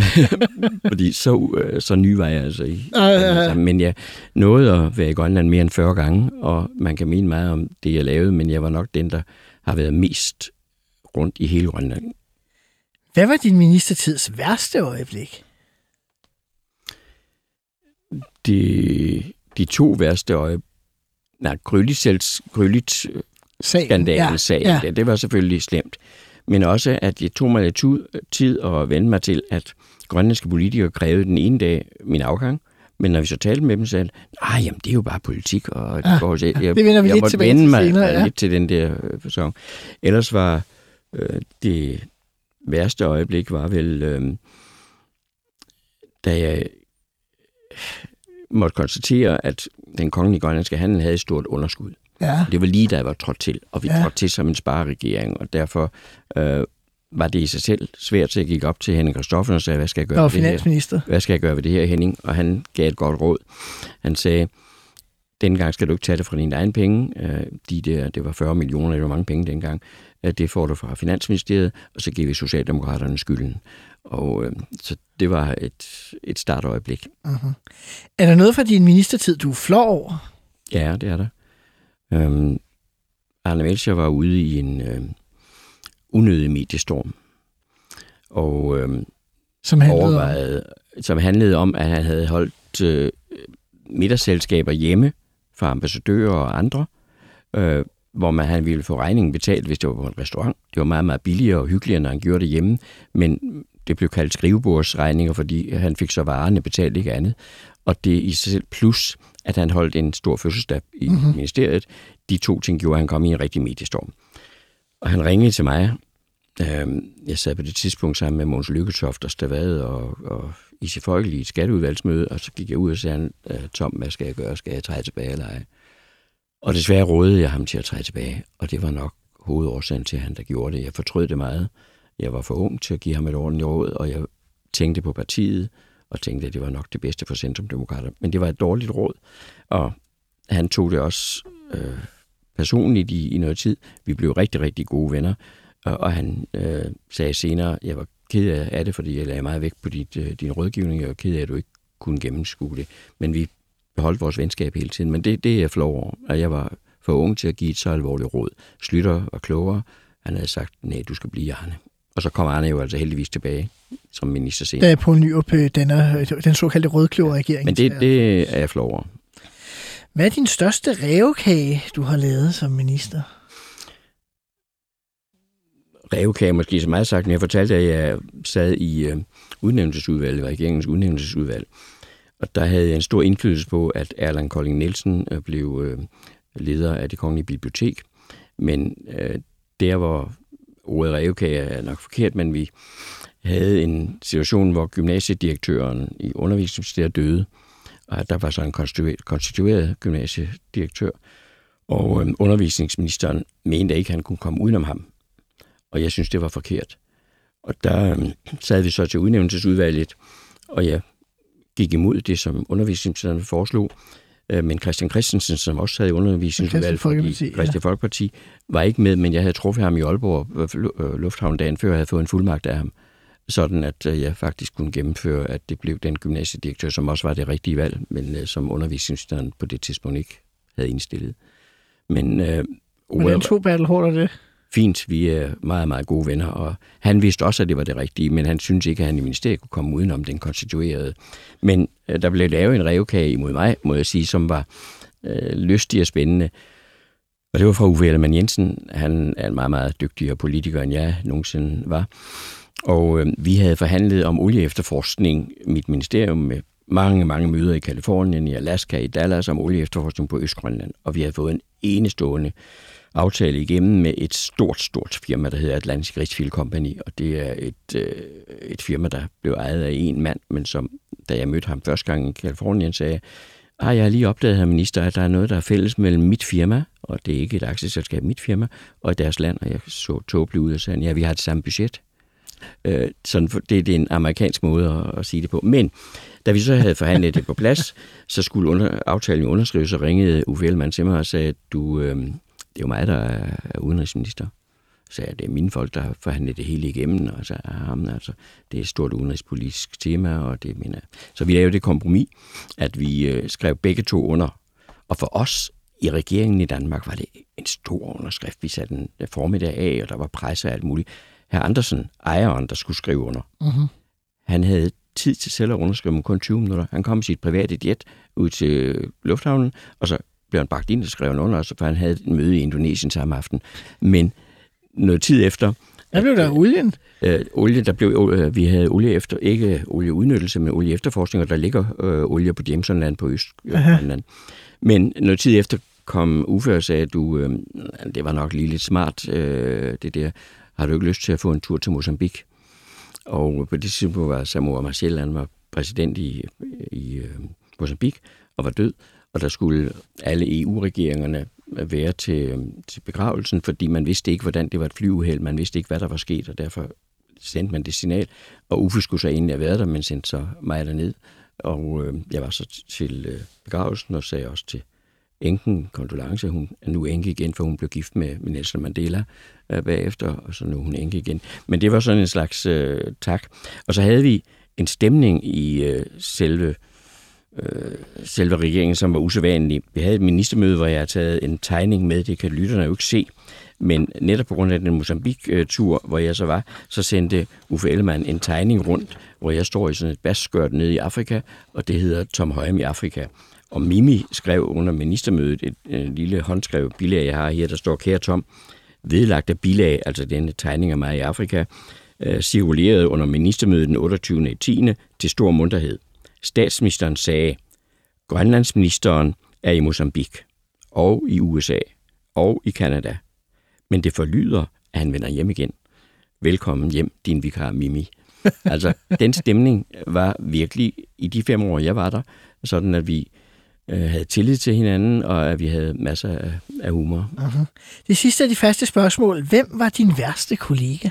Fordi så ny var jeg altså i. Men jeg nåede at være i Grønland mere end 40 gange, og man kan mene meget om det, jeg lavede, men jeg var nok den, der har været mest rundt i hele Grønland. Hvad var din ministertids værste øjeblik? De 2 værste øjeblik. Nej, Grølit-skandalen-sagen, ja. Det var selvfølgelig slemt. Men også, at det tog mig lidt tid at vende mig til, at grønlandske politikere krævede den ene dag min afgang. Men når vi så talte med dem, så sagde de, jamen det er jo bare politik. Og det vender vi lidt tilbage til senere. Jeg lidt til den der fasong. Ellers var det værste øjeblik var vel, da jeg måtte konstatere, at den kongelige grønlandske handel havde et stort underskud. Ja. Det var lige, da jeg var trådt til, og vi trådte til som en spareregering, og derfor var det i sig selv svært, så jeg gik op til Henning Christoffersen og sagde, hvad skal jeg gøre ved det her? Hvad skal jeg gøre ved det her, Henning? Og han gav et godt råd. Han sagde, dengang skal du ikke tage det fra dine egne penge. Det var 40 millioner, det var mange penge dengang. Det får du fra Finansministeriet, og så giver vi Socialdemokraterne skylden. Og så det var et startøjeblik. Uh-huh. Er der noget fra din ministertid, du flår over? Ja, det er der. Arne Melchior var ude i en unødig mediestorm. Og som handlede om, at han havde holdt middagsselskaber hjemme for ambassadører og andre, hvor han ville få regningen betalt, hvis det var på en restaurant. Det var meget, meget billigere og hyggeligere, når han gjorde det hjemme, men det blev kaldt skrivebordsregninger, fordi han fik så varerne betalt, ikke andet. Og det i sig selv plus, at han holdt en stor fødselsdag i ministeriet. De to ting gjorde, at han kom i en rigtig mediestorm. Og han ringede til mig. Jeg sad på det tidspunkt sammen med Mogens Lykketoft og Stavad og Isi Folkel i et skatteudvalgsmøde, og så gik jeg ud og sagde, Tom, hvad skal jeg gøre? Skal jeg træde tilbage eller ej? Og desværre rådede jeg ham til at træde tilbage, og det var nok hovedårsagen til, at han der gjorde det. Jeg fortrød det meget. Jeg var for ung til at give ham et ordentligt råd, og jeg tænkte på partiet, og tænkte, at det var nok det bedste for Centrumdemokrater. Men det var et dårligt råd, og han tog det også personligt i noget tid. Vi blev rigtig, rigtig gode venner, og han sagde senere, jeg var ked af det, fordi jeg lagde meget vægt på din rådgivning, og jeg var ked af, at du ikke kunne gennemskue det. Men vi beholdt vores venskab hele tiden, men det er jeg flov over, og jeg var for ung til at give et så alvorligt råd. Schlüter var klogere. Han havde sagt, nej, du skal blive Arne. Og så kom Arne jo altså heldigvis tilbage som minister senere. Da Poul Nyrup danner den såkaldte rødkløver-regering. Men det er jeg flov over. Hvad er din største rævekage, du har lavet som minister? Rævekage måske så meget sagt, men jeg fortalte, at jeg sad i udnævnelsesudvalget, regeringens udnævnelsesudvalg. Og der havde jeg en stor indflydelse på, at Erland Kolding Nielsen blev leder af Det Kongelige Bibliotek. Men der hvor ordet rævekage er nok forkert, men vi havde en situation, hvor gymnasiedirektøren i Undervisningsministeriet døde. Og der var så en konstitueret gymnasiedirektør. Og undervisningsministeren mente ikke, at han kunne komme udenom ham. Og jeg synes, det var forkert. Og der sad vi så til udnævnelsesudvalget, og jeg gik imod det, som undervisningsministeren foreslog. Men Christian Christensen, som også sad i undervisningsudvalget for Kristeligt Folkeparti, var ikke med, men jeg havde truffet ham i Aalborg Lufthavn dagen før, jeg havde fået en fuldmagt af ham, sådan at jeg faktisk kunne gennemføre, at det blev den gymnasiedirektør, som også var det rigtige valg, men som undervisningsministeren på det tidspunkt ikke havde indstillet. Men hvordan tog Bertel Haarder det? Fint, vi er meget, meget gode venner, og han vidste også, at det var det rigtige, men han syntes ikke, at han i ministeriet kunne komme udenom den konstituerede. Men der blev lavet en rævekage imod mig, må jeg sige, som var lystig og spændende. Og det var fra Uffe Ellemann-Jensen. Han er en meget, meget dygtigere politiker, end jeg nogensinde var. Og vi havde forhandlet om olieefterforskning, mit ministerium, med mange, mange møder i Kalifornien, i Alaska, i Dallas, om olieefterforskning på Østgrønland. Og vi havde fået en enestående aftale igennem med et stort firma, der hedder Atlantic Richfield Company, og det er et firma, der blev ejet af en mand, men som, da jeg mødte ham første gang i Kalifornien, sagde, jeg har lige opdaget, herr minister, at der er noget, der er fælles mellem mit firma, og det er ikke et aktieselskab, mit firma, og deres land, og jeg så tåbeligt ud og sagde, ja, vi har et samme budget. Sådan, det er en amerikansk måde at sige det på. Men da vi så havde forhandlet det på plads, så skulle aftalen underskrives, og ringede Uffe Ellemann til mig og sagde, det er jo mig, der er udenrigsminister. Så sagde jeg, det er mine folk, der har forhandlet det hele igennem, og så altså, det er et stort udenrigspolitisk tema, og det mener jeg. Så vi lavede det kompromis, at vi skrev begge to under. Og for os i regeringen i Danmark var det en stor underskrift. Vi satte en formiddag af, og der var presse og alt muligt. Hr. Andersen, ejeren, der skulle skrive under, han havde tid til selv at underskrive om kun 20 minutter. Han kom i sit private jet ud til lufthavnen, og så blev han bragt ind og skrev under, for han havde et møde i Indonesien samme aften. Men noget tid efter... Hvad blev der af olien? Vi havde olie efter, ikke olieudnyttelse, men olieefterforskning, og der ligger olie på Jamesonland på Østgrønland. Men noget tid efter kom Uffe og sagde, det var nok lige lidt smart, det der. Har du ikke lyst til at få en tur til Mozambique? Og på det tidspunkt var Samora Machel, han var præsident i Mozambique og var død. Og der skulle alle EU-regeringerne være til begravelsen, fordi man vidste ikke, hvordan det var et flyuheld. Man vidste ikke, hvad der var sket, og derfor sendte man det signal. Og Uffe skulle så egentlig have været der, men sendte så mig derned. Og jeg var så til begravelsen og sagde også til enken Kondolence. Hun er nu enke igen, for hun blev gift med Nelson Mandela bagefter, og så nu er hun enke igen. Men det var sådan en slags tak. Og så havde vi en stemning i selve regeringen, som var usædvanlig. Vi havde et ministermøde, hvor jeg havde taget en tegning med, det kan lytterne jo ikke se, men netop på grund af den Mozambique-tur, hvor jeg så var, så sendte Uffe Ellemann en tegning rundt, hvor jeg står i sådan et basskørt nede i Afrika, og det hedder Tom Højem i Afrika. Og Mimi skrev under ministermødet et lille håndskrevet bilag, jeg har her, der står: Kære Tom, vedlagt af bilag, altså denne tegning af mig i Afrika, cirkulerede under ministermødet den 28.10. til stor munterhed. Statsministeren sagde: Grønlandsministeren er i Mozambique, og i USA, og i Canada. Men det forlyder, at han vender hjem igen. Velkommen hjem, din vikar Mimi. Altså, den stemning var virkelig i de 5 år, jeg var der, sådan at vi havde tillid til hinanden, og at vi havde masser af humor. Uh-huh. Det sidste af de faste spørgsmål. Hvem var din værste kollega?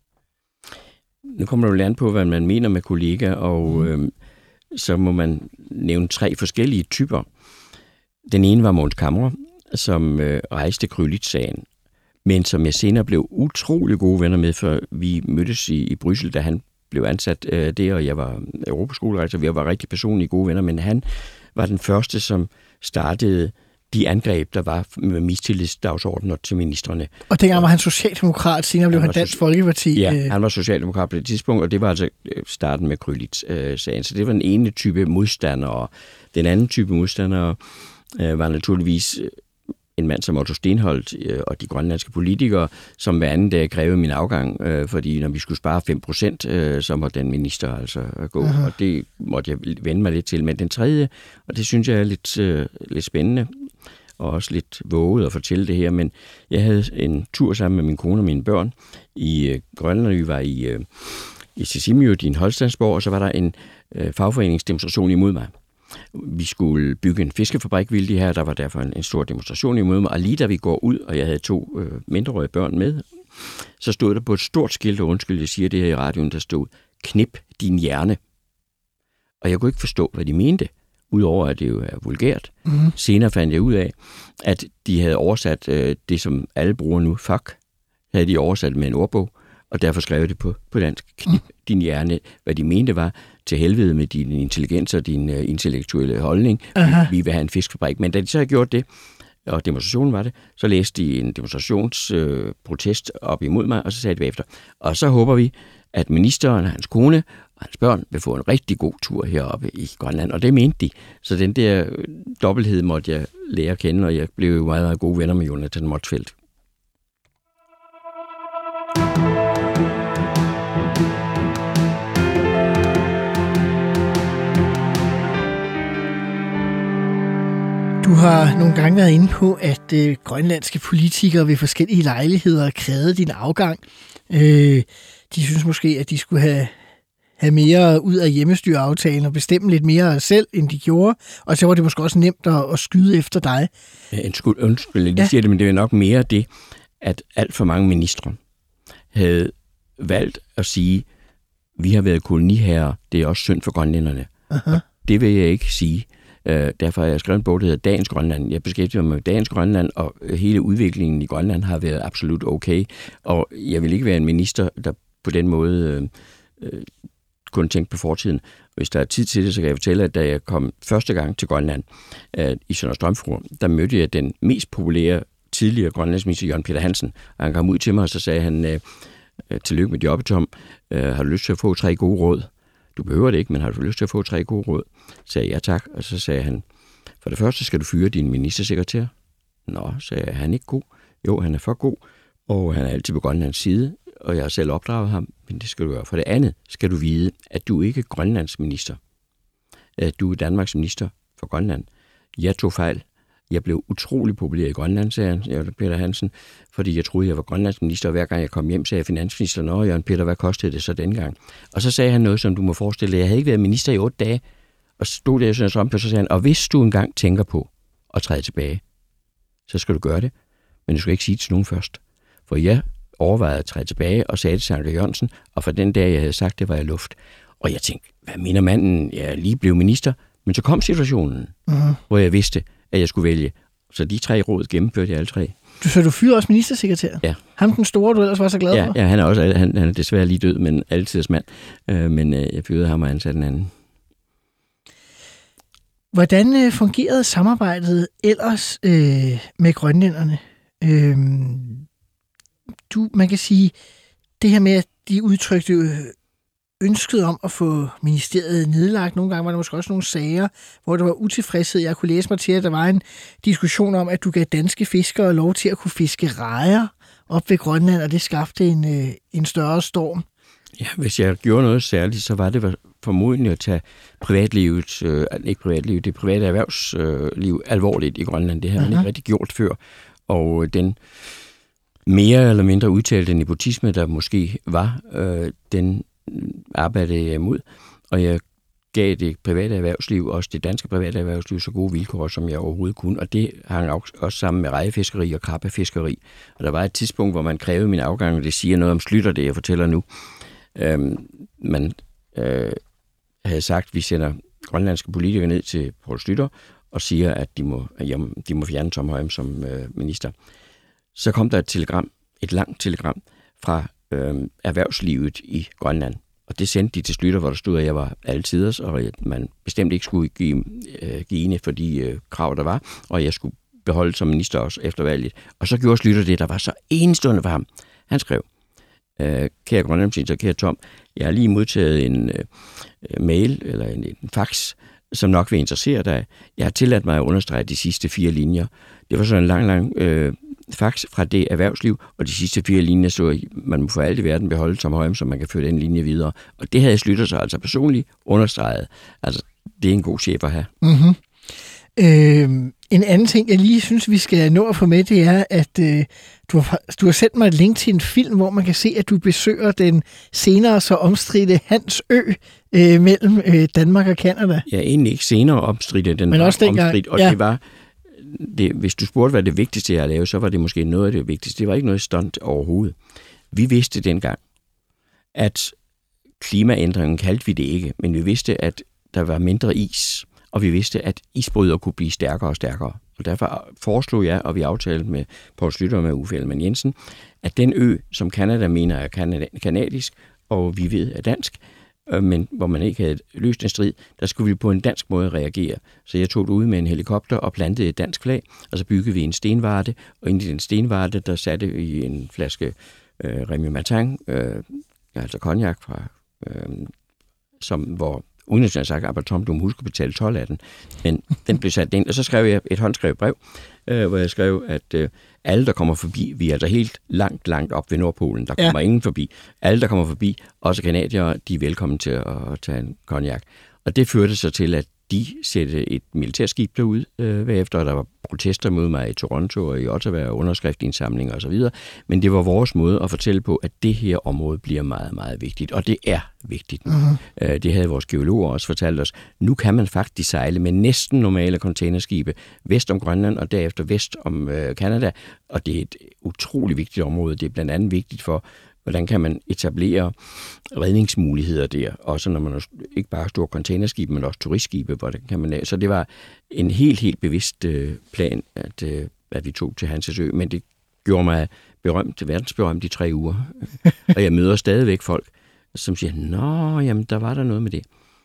Nu kommer du lære på, hvad man mener med kollega, og så må man nævne 3 forskellige typer. Den ene var Mogens Camre, som rejste Krylitz-sagen, men som jeg senere blev utrolig gode venner med, for vi mødtes i Bryssel, da han blev ansat der, og jeg var europaskolerejser, vi var rigtig personlige gode venner, men han var den første, som startede de angreb, der var med mistillidsdagsordner til ministerne. Og dengang var han socialdemokrat, senere blev han Dansk Folkeparti. Ja, han var socialdemokrat på det tidspunkt, og det var altså starten med Krylitz-sagen. Så det var den ene type modstandere. Den anden type modstandere var naturligvis en mand som Otto Stenholdt og de grønlandske politikere, som hver anden dag krævede min afgang, fordi når vi skulle spare 5%, så måtte den minister altså gå, og det måtte jeg vende mig lidt til. Men den tredje, og det synes jeg er lidt spændende, og også lidt våget at fortælle det her, men jeg havde en tur sammen med min kone og mine børn i Grønland, vi var i Sisimiut i en Holstandsborg, og så var der en fagforeningsdemonstration imod mig. Vi skulle bygge en fiskefabrik, ville de her. Der var derfor en stor demonstration imod mig. Og lige da vi går ud, og jeg havde 2 mindreårige børn med, så stod der på et stort skilt, og undskyld, jeg siger det her i radioen, der stod: knip din hjerne. Og jeg kunne ikke forstå, hvad de mente, udover at det jo er vulgært. Senere fandt jeg ud af, at de havde oversat det, som alle bruger nu, fuck, havde de oversat med en ordbog, og derfor skrev jeg det på dansk: knip din hjerne. Hvad de mente var: til helvede med din intelligens og din intellektuelle holdning. Vi vil have en fiskefabrik. Men da de så havde gjort det, og demonstrationen var det, så læste de en demonstrationsprotest op imod mig, og så sagde de bagefter: og så håber vi, at ministeren og hans kone og hans børn vil få en rigtig god tur heroppe i Grønland. Og det mente de. Så den der dobbelthed måtte jeg lære at kende, og jeg blev jo meget, meget gode venner med Jonathan Motzfeldt. Du har nogle gange været inde på, at grønlandske politikere ved forskellige lejligheder krævede din afgang. De synes måske, at de skulle have mere ud af hjemmestyreaftalen og bestemme lidt mere selv, end de gjorde. Og så var det måske også nemt at skyde efter dig. Undskyld, jeg lige siger det, men det er nok mere det, at alt for mange ministre havde valgt at sige: vi har været koloniherrer, det er også synd for grønlænderne. Og det vil jeg ikke sige. Derfor har jeg skrevet en bog, der hedder Dagens Grønland. Jeg beskæftiger mig med Dagens Grønland, og hele udviklingen i Grønland har været absolut okay. Og jeg vil ikke være en minister, der på den måde kun tænke på fortiden. Hvis der er tid til det, så kan jeg fortælle, at da jeg kom første gang til Grønland i Sønder Strømfjord, der mødte jeg den mest populære tidligere grønlandsminister, Jørgen Peter Hansen. Og han kom ud til mig, og så sagde han: tillykke med jobbet, Tom. Har du lyst til at få 3 gode råd? Du behøver det ikke, men har du lyst til at få 3 gode råd? Så sagde jeg ja tak, og så sagde han: for det første skal du fyre din ministersekretær. Nå, sagde jeg, han ikke god? Jo, han er for god, og han er altid på Grønlands side, og jeg har selv opdraget ham, men det skal du gøre. For det andet skal du vide, at du ikke er Grønlands minister. At du er Danmarks minister for Grønland. Jeg tog fejl. Jeg blev utrolig populær i Grønland, sagde han, Jørgen Peter Hansen, fordi jeg troede, jeg var Grønlands minister, og hver gang jeg kom hjem, sagde jeg finansminister: nå, Jørgen Peter, hvad kostede det så dengang? Og så sagde han noget, som du må forestille dig. Jeg havde ikke været minister i 8 dage, og stod der sådan om, og så sagde han: og hvis du engang tænker på at træde tilbage, så skal du gøre det, men du skal ikke sige det til nogen først. For jeg overvejede at træde tilbage og sagde det til Anker Jørgensen, og fra den dag, jeg havde sagt det, var jeg luft. Og jeg tænkte: hvad mener manden? Jeg lige blev minister, men så kom situationen, hvor jeg vidste, at jeg skulle vælge Så de 3 råd gennemførte jeg alle 3. Så du fyrer også ministersekretær? Ja. Ham den store, du ellers var så glad for? Ja, han er også han er desværre lige død, men altidens mand. Men jeg fyrede ham og ansatte en anden. Hvordan fungerede samarbejdet ellers med grønlænderne? Man kan sige, det her med, at de udtrykte ønsket om at få ministeriet nedlagt. Nogle gange var der måske også nogle sager, hvor der var utilfredshed. Jeg kunne læse mig til, at der var en diskussion om, at du gav danske fiskere lov til at kunne fiske rejer op ved Grønland, og det skabte en større storm. Ja, hvis jeg gjorde noget særligt, så var det formodentlig at tage det private erhvervsliv alvorligt i Grønland. Det har man ikke rigtig gjort før. Og den mere eller mindre udtalte nepotisme, der måske var, den arbejdede jeg imod. Og jeg gav det private erhvervsliv, også det danske private erhvervsliv, så gode vilkår, som jeg overhovedet kunne. Og det hang også sammen med rejefiskeri og krabbefiskeri. Og der var et tidspunkt, hvor man krævede min afgang, og det siger noget om Schlüter, det jeg fortæller nu. Man havde sagt, at vi sender grønlandske politikere ned til Poul Schlüter og siger, at de må fjerne Tom Højem som minister. Så kom der et langt telegram fra erhvervslivet i Grønland. Og det sendte de til Schlüter, hvor der stod, at jeg var altiders, og at man bestemt ikke skulle give ene for de krav, der var, og jeg skulle beholde som minister også efter valget. Og så gjorde Schlüter det, der var så enestående for ham. Han skrev, kære grønlandsminister, kære Tom, jeg har lige modtaget en mail, eller en fax, som nok vil interessere dig. Jeg har tilladt mig at understrege de sidste 4 linjer. Det var sådan en lang fax fra det erhvervsliv, og de sidste 4 linjer så, at man må for alt i verden beholde Tom Højem, så man kan føre den linje videre. Og det havde Schlüter sig altså personligt understreget. Altså, det er en god chef at have. Mm-hmm. En anden ting, jeg lige synes, vi skal nå at få med, det er, at du har sendt mig et link til en film, hvor man kan se, at du besøger den senere så omstridte Hans Ø mellem Danmark og Canada. Ja, egentlig ikke senere omstridte, den men var også omstridt, og det var... hvis du spurgte, hvad det vigtigste jeg har lavet, så var det måske noget af det vigtigste. Det var ikke noget stunt overhovedet. Vi vidste dengang, at klimaændringen kaldte vi det ikke, men vi vidste, at der var mindre is, og vi vidste, at isbryder kunne blive stærkere og stærkere. Og derfor foreslog jeg, og vi aftalte med Poul Schlüter og med Uffe Ellemann-Jensen, at den ø, som Canada mener er kanadisk, og vi ved er dansk, men hvor man ikke havde løst en strid, der skulle vi på en dansk måde reagere. Så jeg tog det ud med en helikopter og plantede et dansk flag, og så byggede vi en stenvarte, og inde i den stenvarte, der satte vi en flaske Rémy Martin, altså cognac fra, hvor uden at jeg sagt, at Tom, du må huske at betale 12 af den. Men den blev sat ind, og så skrev jeg et håndskrevet brev, hvor jeg skrev, at alle, der kommer forbi, vi er altså helt langt op ved Nordpolen, der kommer ingen forbi. Alle, der kommer forbi, også kanadiere, de er velkommen til at tage en cognac. Og det førte så til, at de satte et militærskib derud bagefter, og der var protester mod mig i Toronto og i Ottawa og underskriftindsamlinger osv. Men det var vores måde at fortælle på, at det her område bliver meget, meget vigtigt, og det er vigtigt. Uh-huh. Det havde vores geologer også fortalt os. Nu kan man faktisk sejle med næsten normale containerskibe vest om Grønland og derefter vest om Canada, og det er et utrolig vigtigt område. Det er blandt andet vigtigt for, hvordan kan man etablere redningsmuligheder der, også når man ikke bare har store containerskibe, men også turistskibe, hvordan kan man lave. Så det var en helt bevidst plan, at vi tog til Hans Ø, men det gjorde mig verdensberømt i 3 uger. Og jeg møder stadigvæk folk, som siger, nå, jamen, der var der noget med det.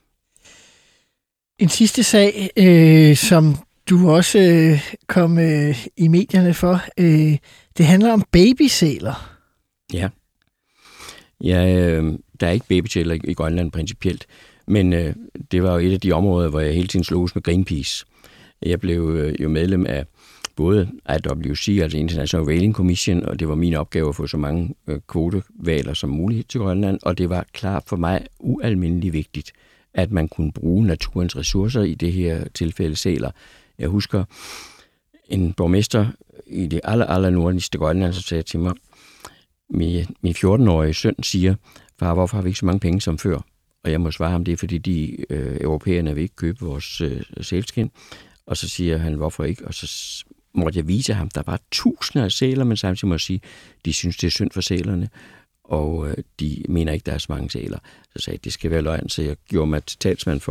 En sidste sag, som du også kom i medierne for, det handler om babysæler. Ja. Der er ikke babysæler i Grønland principielt, men det var jo et af de områder, hvor jeg hele tiden sloges med Greenpeace. Jeg blev jo medlem af både IWC, altså International Whaling Commission, og det var min opgave at få så mange kvotehvaler som muligt til Grønland, og det var klart for mig ualmindeligt vigtigt, at man kunne bruge naturens ressourcer, i det her tilfælde sæler. Jeg husker en borgmester i det aller nordligste Grønland, som sagde til mig, min 14-årige søn siger, far, hvorfor har vi ikke så mange penge som før? Og jeg må svare ham, det er fordi de europæerne vil ikke købe vores sælskind. Og så siger han, hvorfor ikke? Og så måtte jeg vise ham, der var tusinder af sæler, men samtidig må jeg sige, de synes, det er synd for sælerne, og de mener ikke, der er så mange sæler. Så sagde jeg, det skal være løgn, så jeg gjorde mig til talsmand for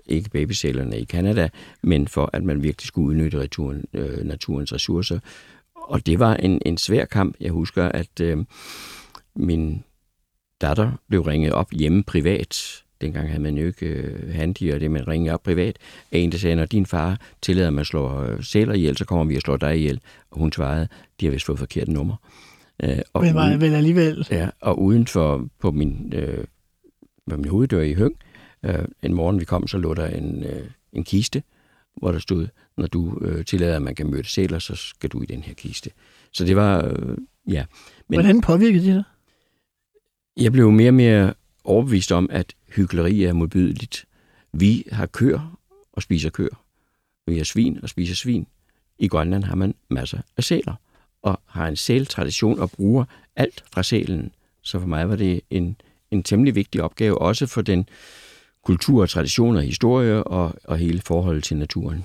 ikke babysælerne i Canada, men for at man virkelig skulle udnytte naturens ressourcer. Og det var en svær kamp. Jeg husker, at min datter blev ringet op hjemme privat. Dengang havde man jo ikke handy, og det man ringede op privat. En, der sagde, når din far tillader mig at slå sæler ihjel, så kommer vi og slår dig ihjel. Og hun svarede, de har vist fået forkert nummer. Men var det vel alligevel? Ja, og udenfor på min hoveddør i Høng, en morgen vi kom, så lå der en kiste, hvor der stod, når du tillader, at man kan møde sæler, så skal du i den her kiste. Så det var, ja. Men hvordan påvirkede det dig? Jeg blev mere og mere overbevist om, at hykleri er modbydeligt. Vi har køer og spiser køer. Vi har svin og spiser svin. I Grønland har man masser af sæler, og har en sæltradition og bruger alt fra sælen. Så for mig var det en temmelig vigtig opgave, også for den kultur, traditioner, historie og hele forholdet til naturen.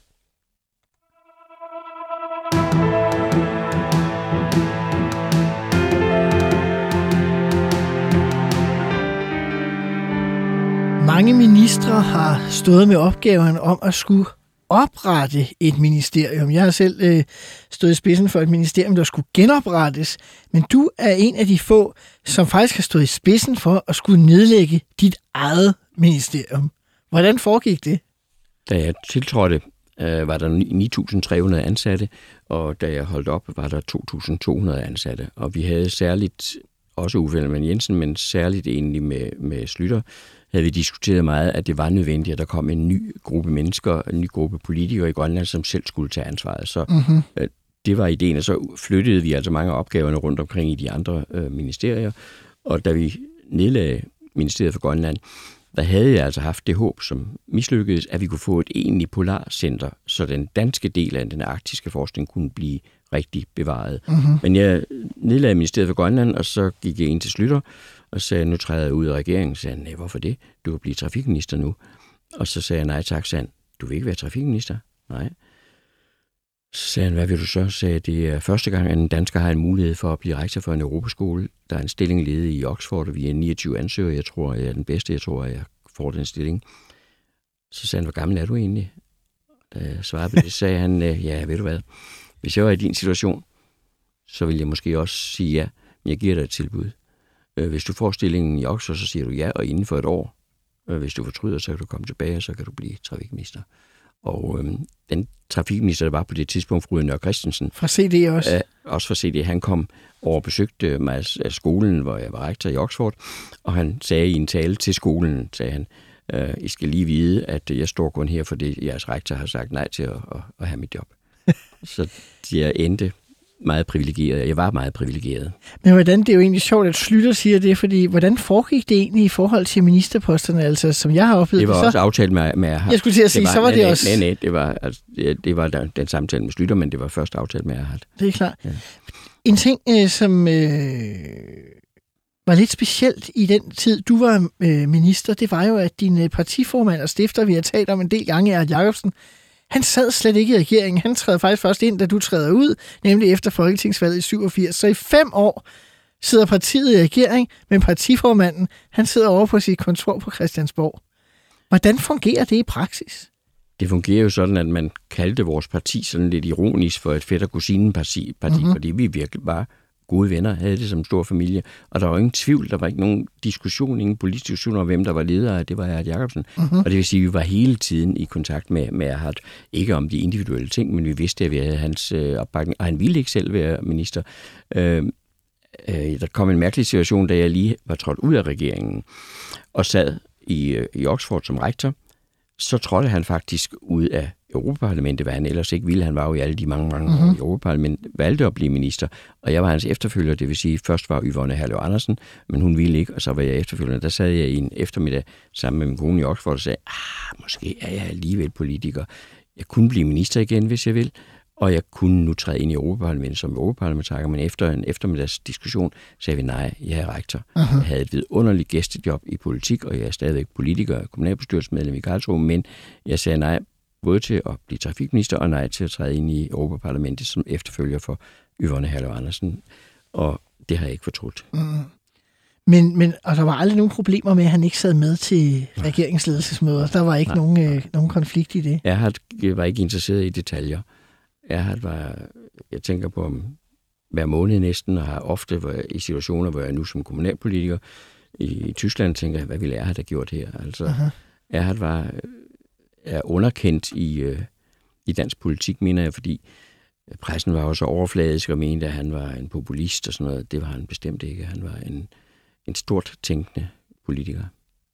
Mange ministre har stået med opgaven om at skulle oprette et ministerium. Jeg har selv stået i spidsen for et ministerium, der skulle genoprettes, men du er en af de få, som faktisk har stået i spidsen for at skulle nedlægge dit eget ministerium. Hvordan foregik det? Da jeg tiltrådte, var der 9.300 ansatte, og da jeg holdt op, var der 2.200 ansatte. Og vi havde særligt, også Uffe Ellemann-Jensen, men særligt egentlig med Schlüter, havde vi diskuteret meget, at det var nødvendigt, at der kom en ny gruppe mennesker, en ny gruppe politikere i Grønland, som selv skulle tage ansvaret. Så det var ideen, og så flyttede vi altså mange af opgaverne rundt omkring i de andre ministerier. Og da vi nedlagde Ministeriet for Grønland, der havde jeg altså haft det håb, som mislykkedes, at vi kunne få et egentligt polarcenter, så den danske del af den arktiske forskning kunne blive rigtig bevaret. Men jeg nedlagde Ministeriet for Grønland, og så gik jeg ind til Schlüter, og sagde, nu træder jeg ud af regeringen. Så sagde han, nej, hvorfor det? Du vil blive trafikminister nu. Og så sagde jeg, nej tak, sagde han, du vil ikke være trafikminister? Nej. Så sagde han, hvad vil du så? Så sagde jeg, det er første gang, at en dansker har en mulighed for at blive rektor for en europaskole. Der er en stilling ledig i Oxford, og vi er 29 ansøgere. Jeg tror, jeg er den bedste. Jeg tror, jeg får den stilling. Så sagde han, hvor gammel er du egentlig? Da jeg svarede på det, sagde han, ja, ved du hvad? Hvis jeg var i din situation, så ville jeg måske også sige ja, men jeg giver dig et tilbud. Hvis du får stillingen i Oxford, så siger du ja, og inden for et år. Hvis du fortryder, så kan du komme tilbage, og så kan du blive trafikminister. Og den trafikminister, der var på det tidspunkt, Frode Nørre Christensen. Fra CD også? Også fra CD. Han kom over og besøgte mig af skolen, hvor jeg var rektor i Oxford, og han sagde i en tale til skolen, sagde han, I skal lige vide, at jeg står kun her, fordi jeres rektor har sagt nej til at have mit job. Så jeg endte meget privilegeret. Jeg var meget privilegeret. Men hvordan, det er jo egentlig sjovt, at Schlüter siger det, fordi hvordan foregik det egentlig i forhold til ministerposterne, altså som jeg har oplevet? Det var også aftalt med jeg skulle til at sige, så var det også... Nej, det var den samtale med Schlüter, men det var først aftalt med Erhard. Det er klart. Ja. En ting, som var lidt specielt i den tid, du var minister, det var jo, at din partiformand og stifter, vi har talt om en del gange, Erhard Jacobsen, han sad slet ikke i regeringen. Han træder faktisk først ind, da du træder ud, nemlig efter folketingsvalget i 87. Så i 5 år sidder partiet i regering, men partiformanden, han sidder over på sit kontor på Christiansborg. Hvordan fungerer det i praksis? Det fungerer jo sådan, at man kaldte vores parti sådan lidt ironisk for et fætter kusinen-parti, fordi vi virkelig var gode venner, havde det som en stor familie, og der var ingen tvivl, der var ikke nogen diskussion, ingen politisk diskussion om, hvem der var leder, det var Erhard Jacobsen. Og det vil sige, at vi var hele tiden i kontakt med Erhard, ikke om de individuelle ting, men vi vidste, at vi havde hans opbakning, og han ville ikke selv være minister. Der kom en mærkelig situation, da jeg lige var trådt ud af regeringen, og sad i Oxford som rektor, så trådte han faktisk ud af Europaparlamentet, hvad han ellers ikke ville. Han var jo i alle de mange år i Europaparlamentet, valgte at blive minister, og jeg var hans efterfølger, det vil sige, først var Yvonne Herløv Andersen, men hun ville ikke, og så var jeg efterfølger. Der sad jeg i en eftermiddag sammen med min kone i Oxford og sagde, måske er jeg alligevel politiker. Jeg kunne blive minister igen, hvis jeg vil, og jeg kunne nu træde ind i Europaparlamentet som europaparlamentariker, men efter en eftermiddagsdiskussion sagde vi nej, jeg er rektor. Jeg havde et vidunderligt gæstejob i politik, og jeg er stadigvæk politiker og kommunalbestyrelsesmedlem i Karlsruhe, men jeg sagde nej, både til at blive trafikminister og nej til at træde ind i Europaparlamentet som efterfølger for Yvonne Herløv Andersen, og det har jeg ikke fortrudt. Men og der var aldrig nogen problemer med, at han ikke sad med til regeringsledelsesmøder. Der var ikke nogen konflikt i det. Erhard var ikke interesseret i detaljer. Erhard var, jeg tænker på om hver måned næsten, og har ofte været i situationer, hvor jeg nu som kommunalpolitiker i Tyskland tænker, hvad ville Erhard have gjort her? Altså, Erhard er underkendt i dansk politik, mener jeg, fordi pressen var også overfladisk og mente, at han var en populist og sådan noget. Det var han bestemt ikke. Han var en stort tænkende politiker.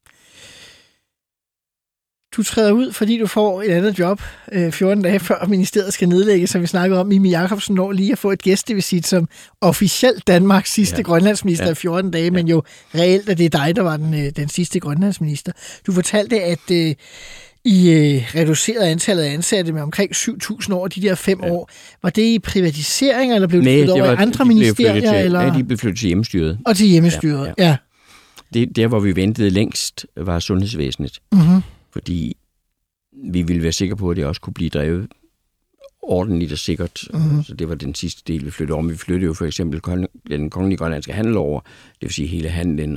Du træder ud, fordi du får et andet job 14 dage før ministeriet skal nedlægges, som vi snakkede om. Mimi Jakobsen når lige at få et gæstevisit som officielt Danmarks sidste grønlandsminister i 14 dage, men jo reelt er det dig, der var den sidste grønlandsminister. Du fortalte, at I reducerede antallet af ansatte med omkring 7.000 over de der 5 år. Var det i privatiseringer, eller blev det flyttet over i andre ministerier? Eller? Nej, de blev flyttet til hjemmestyret. Og til hjemmestyret, ja. Det, der, hvor vi ventede længst, var sundhedsvæsenet. Mm-hmm. Fordi vi ville være sikre på, at det også kunne blive drevet ordentligt og sikkert. Mm-hmm. Så det var den sidste del, vi flyttede om. Vi flyttede jo for eksempel den kongelige grønlandske handel over, det vil sige hele handlen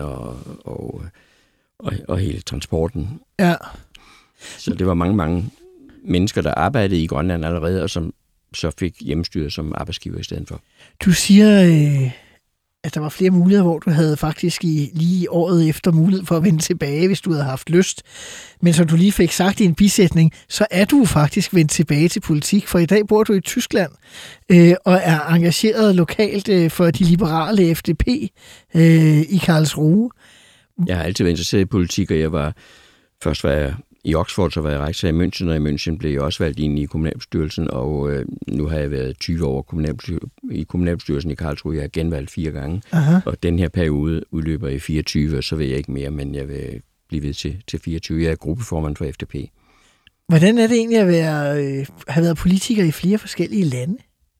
og hele transporten. Ja. Så det var mange mennesker, der arbejdede i Grønland allerede, og som så fik hjemmestyret som arbejdsgiver i stedet for. Du siger, at der var flere muligheder, hvor du havde faktisk lige året efter mulighed for at vende tilbage, hvis du havde haft lyst. Men som du lige fik sagt i en bisætning, så er du faktisk vendt tilbage til politik, for i dag bor du i Tyskland og er engageret lokalt for de liberale FDP i Karlsruhe. Jeg har altid været interesseret i politik, og først var jeg i Oxford, så var jeg rektor i München, og i München blev jeg også valgt ind i kommunalbestyrelsen, og nu har jeg været 20 år i kommunalbestyrelsen i Karlsruhe. Jeg har genvalgt 4 gange, og den her periode udløber i 24, og så vil jeg ikke mere, men jeg vil blive ved til 24. Jeg er gruppeformand for FDP. Hvordan er det egentlig at have været politiker i flere forskellige lande?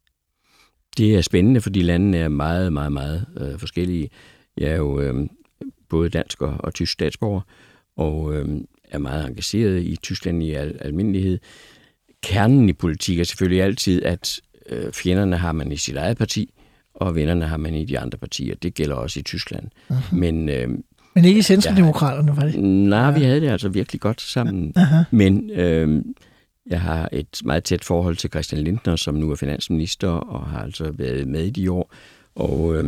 Det er spændende, fordi landene er meget, meget, meget forskellige. Jeg er jo både dansk og tysk statsborger, og er meget engageret i Tyskland i almindelighed. Kernen i politik er selvfølgelig altid, at fjenderne har man i sit eget parti, og vennerne har man i de andre partier. Det gælder også i Tyskland. Men ikke i Centrumdemokraterne, var det? Nej, vi havde det altså virkelig godt sammen. Men jeg har et meget tæt forhold til Christian Lindner, som nu er finansminister, og har altså været med i de år. Og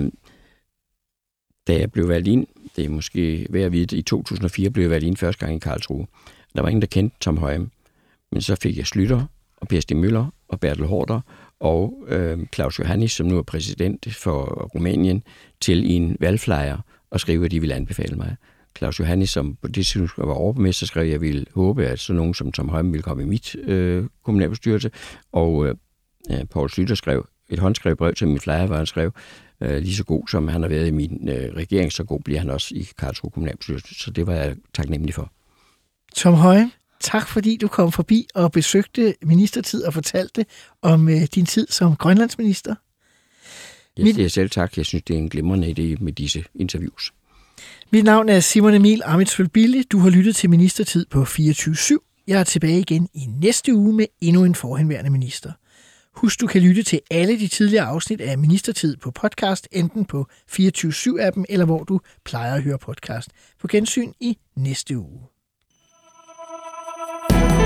da jeg blev valgt ind, det er måske værd at vide, i 2004 blev jeg valgt ind første gang i Karlsruhe. Der var ingen, der kendte Tom Højem. Men så fik jeg Schlüter og Per Stig Møller og Bertel Haarder og Klaus Johannis, som nu er præsident for Rumænien, til en valgflyer og skrive, at de ville anbefale mig. Klaus Johannis, som på det tidspunkt var overborgmester, skrev, at jeg ville håbe, at så nogen som Tom Højem ville komme i mit kommunalbestyrelse. Og Poul Schlüter skrev et håndskrevet brev til min flyer, hvor han skrev, lige så god som han har været i min regering, så god bliver han også i Karlsruhe kommunalbestyrelse. Så det var jeg taknemmelig for. Tom Højem, tak fordi du kom forbi og besøgte ministertid og fortalte om din tid som grønlandsminister. Jeg siger selv tak. Jeg synes, det er en glimrende idé med disse interviews. Mit navn er Simon Emil Amitsbøl-Bille. Du har lyttet til Ministertid på 24/7. Jeg er tilbage igen i næste uge med endnu en forhenværende minister. Husk, du kan lytte til alle de tidligere afsnit af Ministertid på podcast, enten på 24/7-appen eller hvor du plejer at høre podcast. På gensyn i næste uge.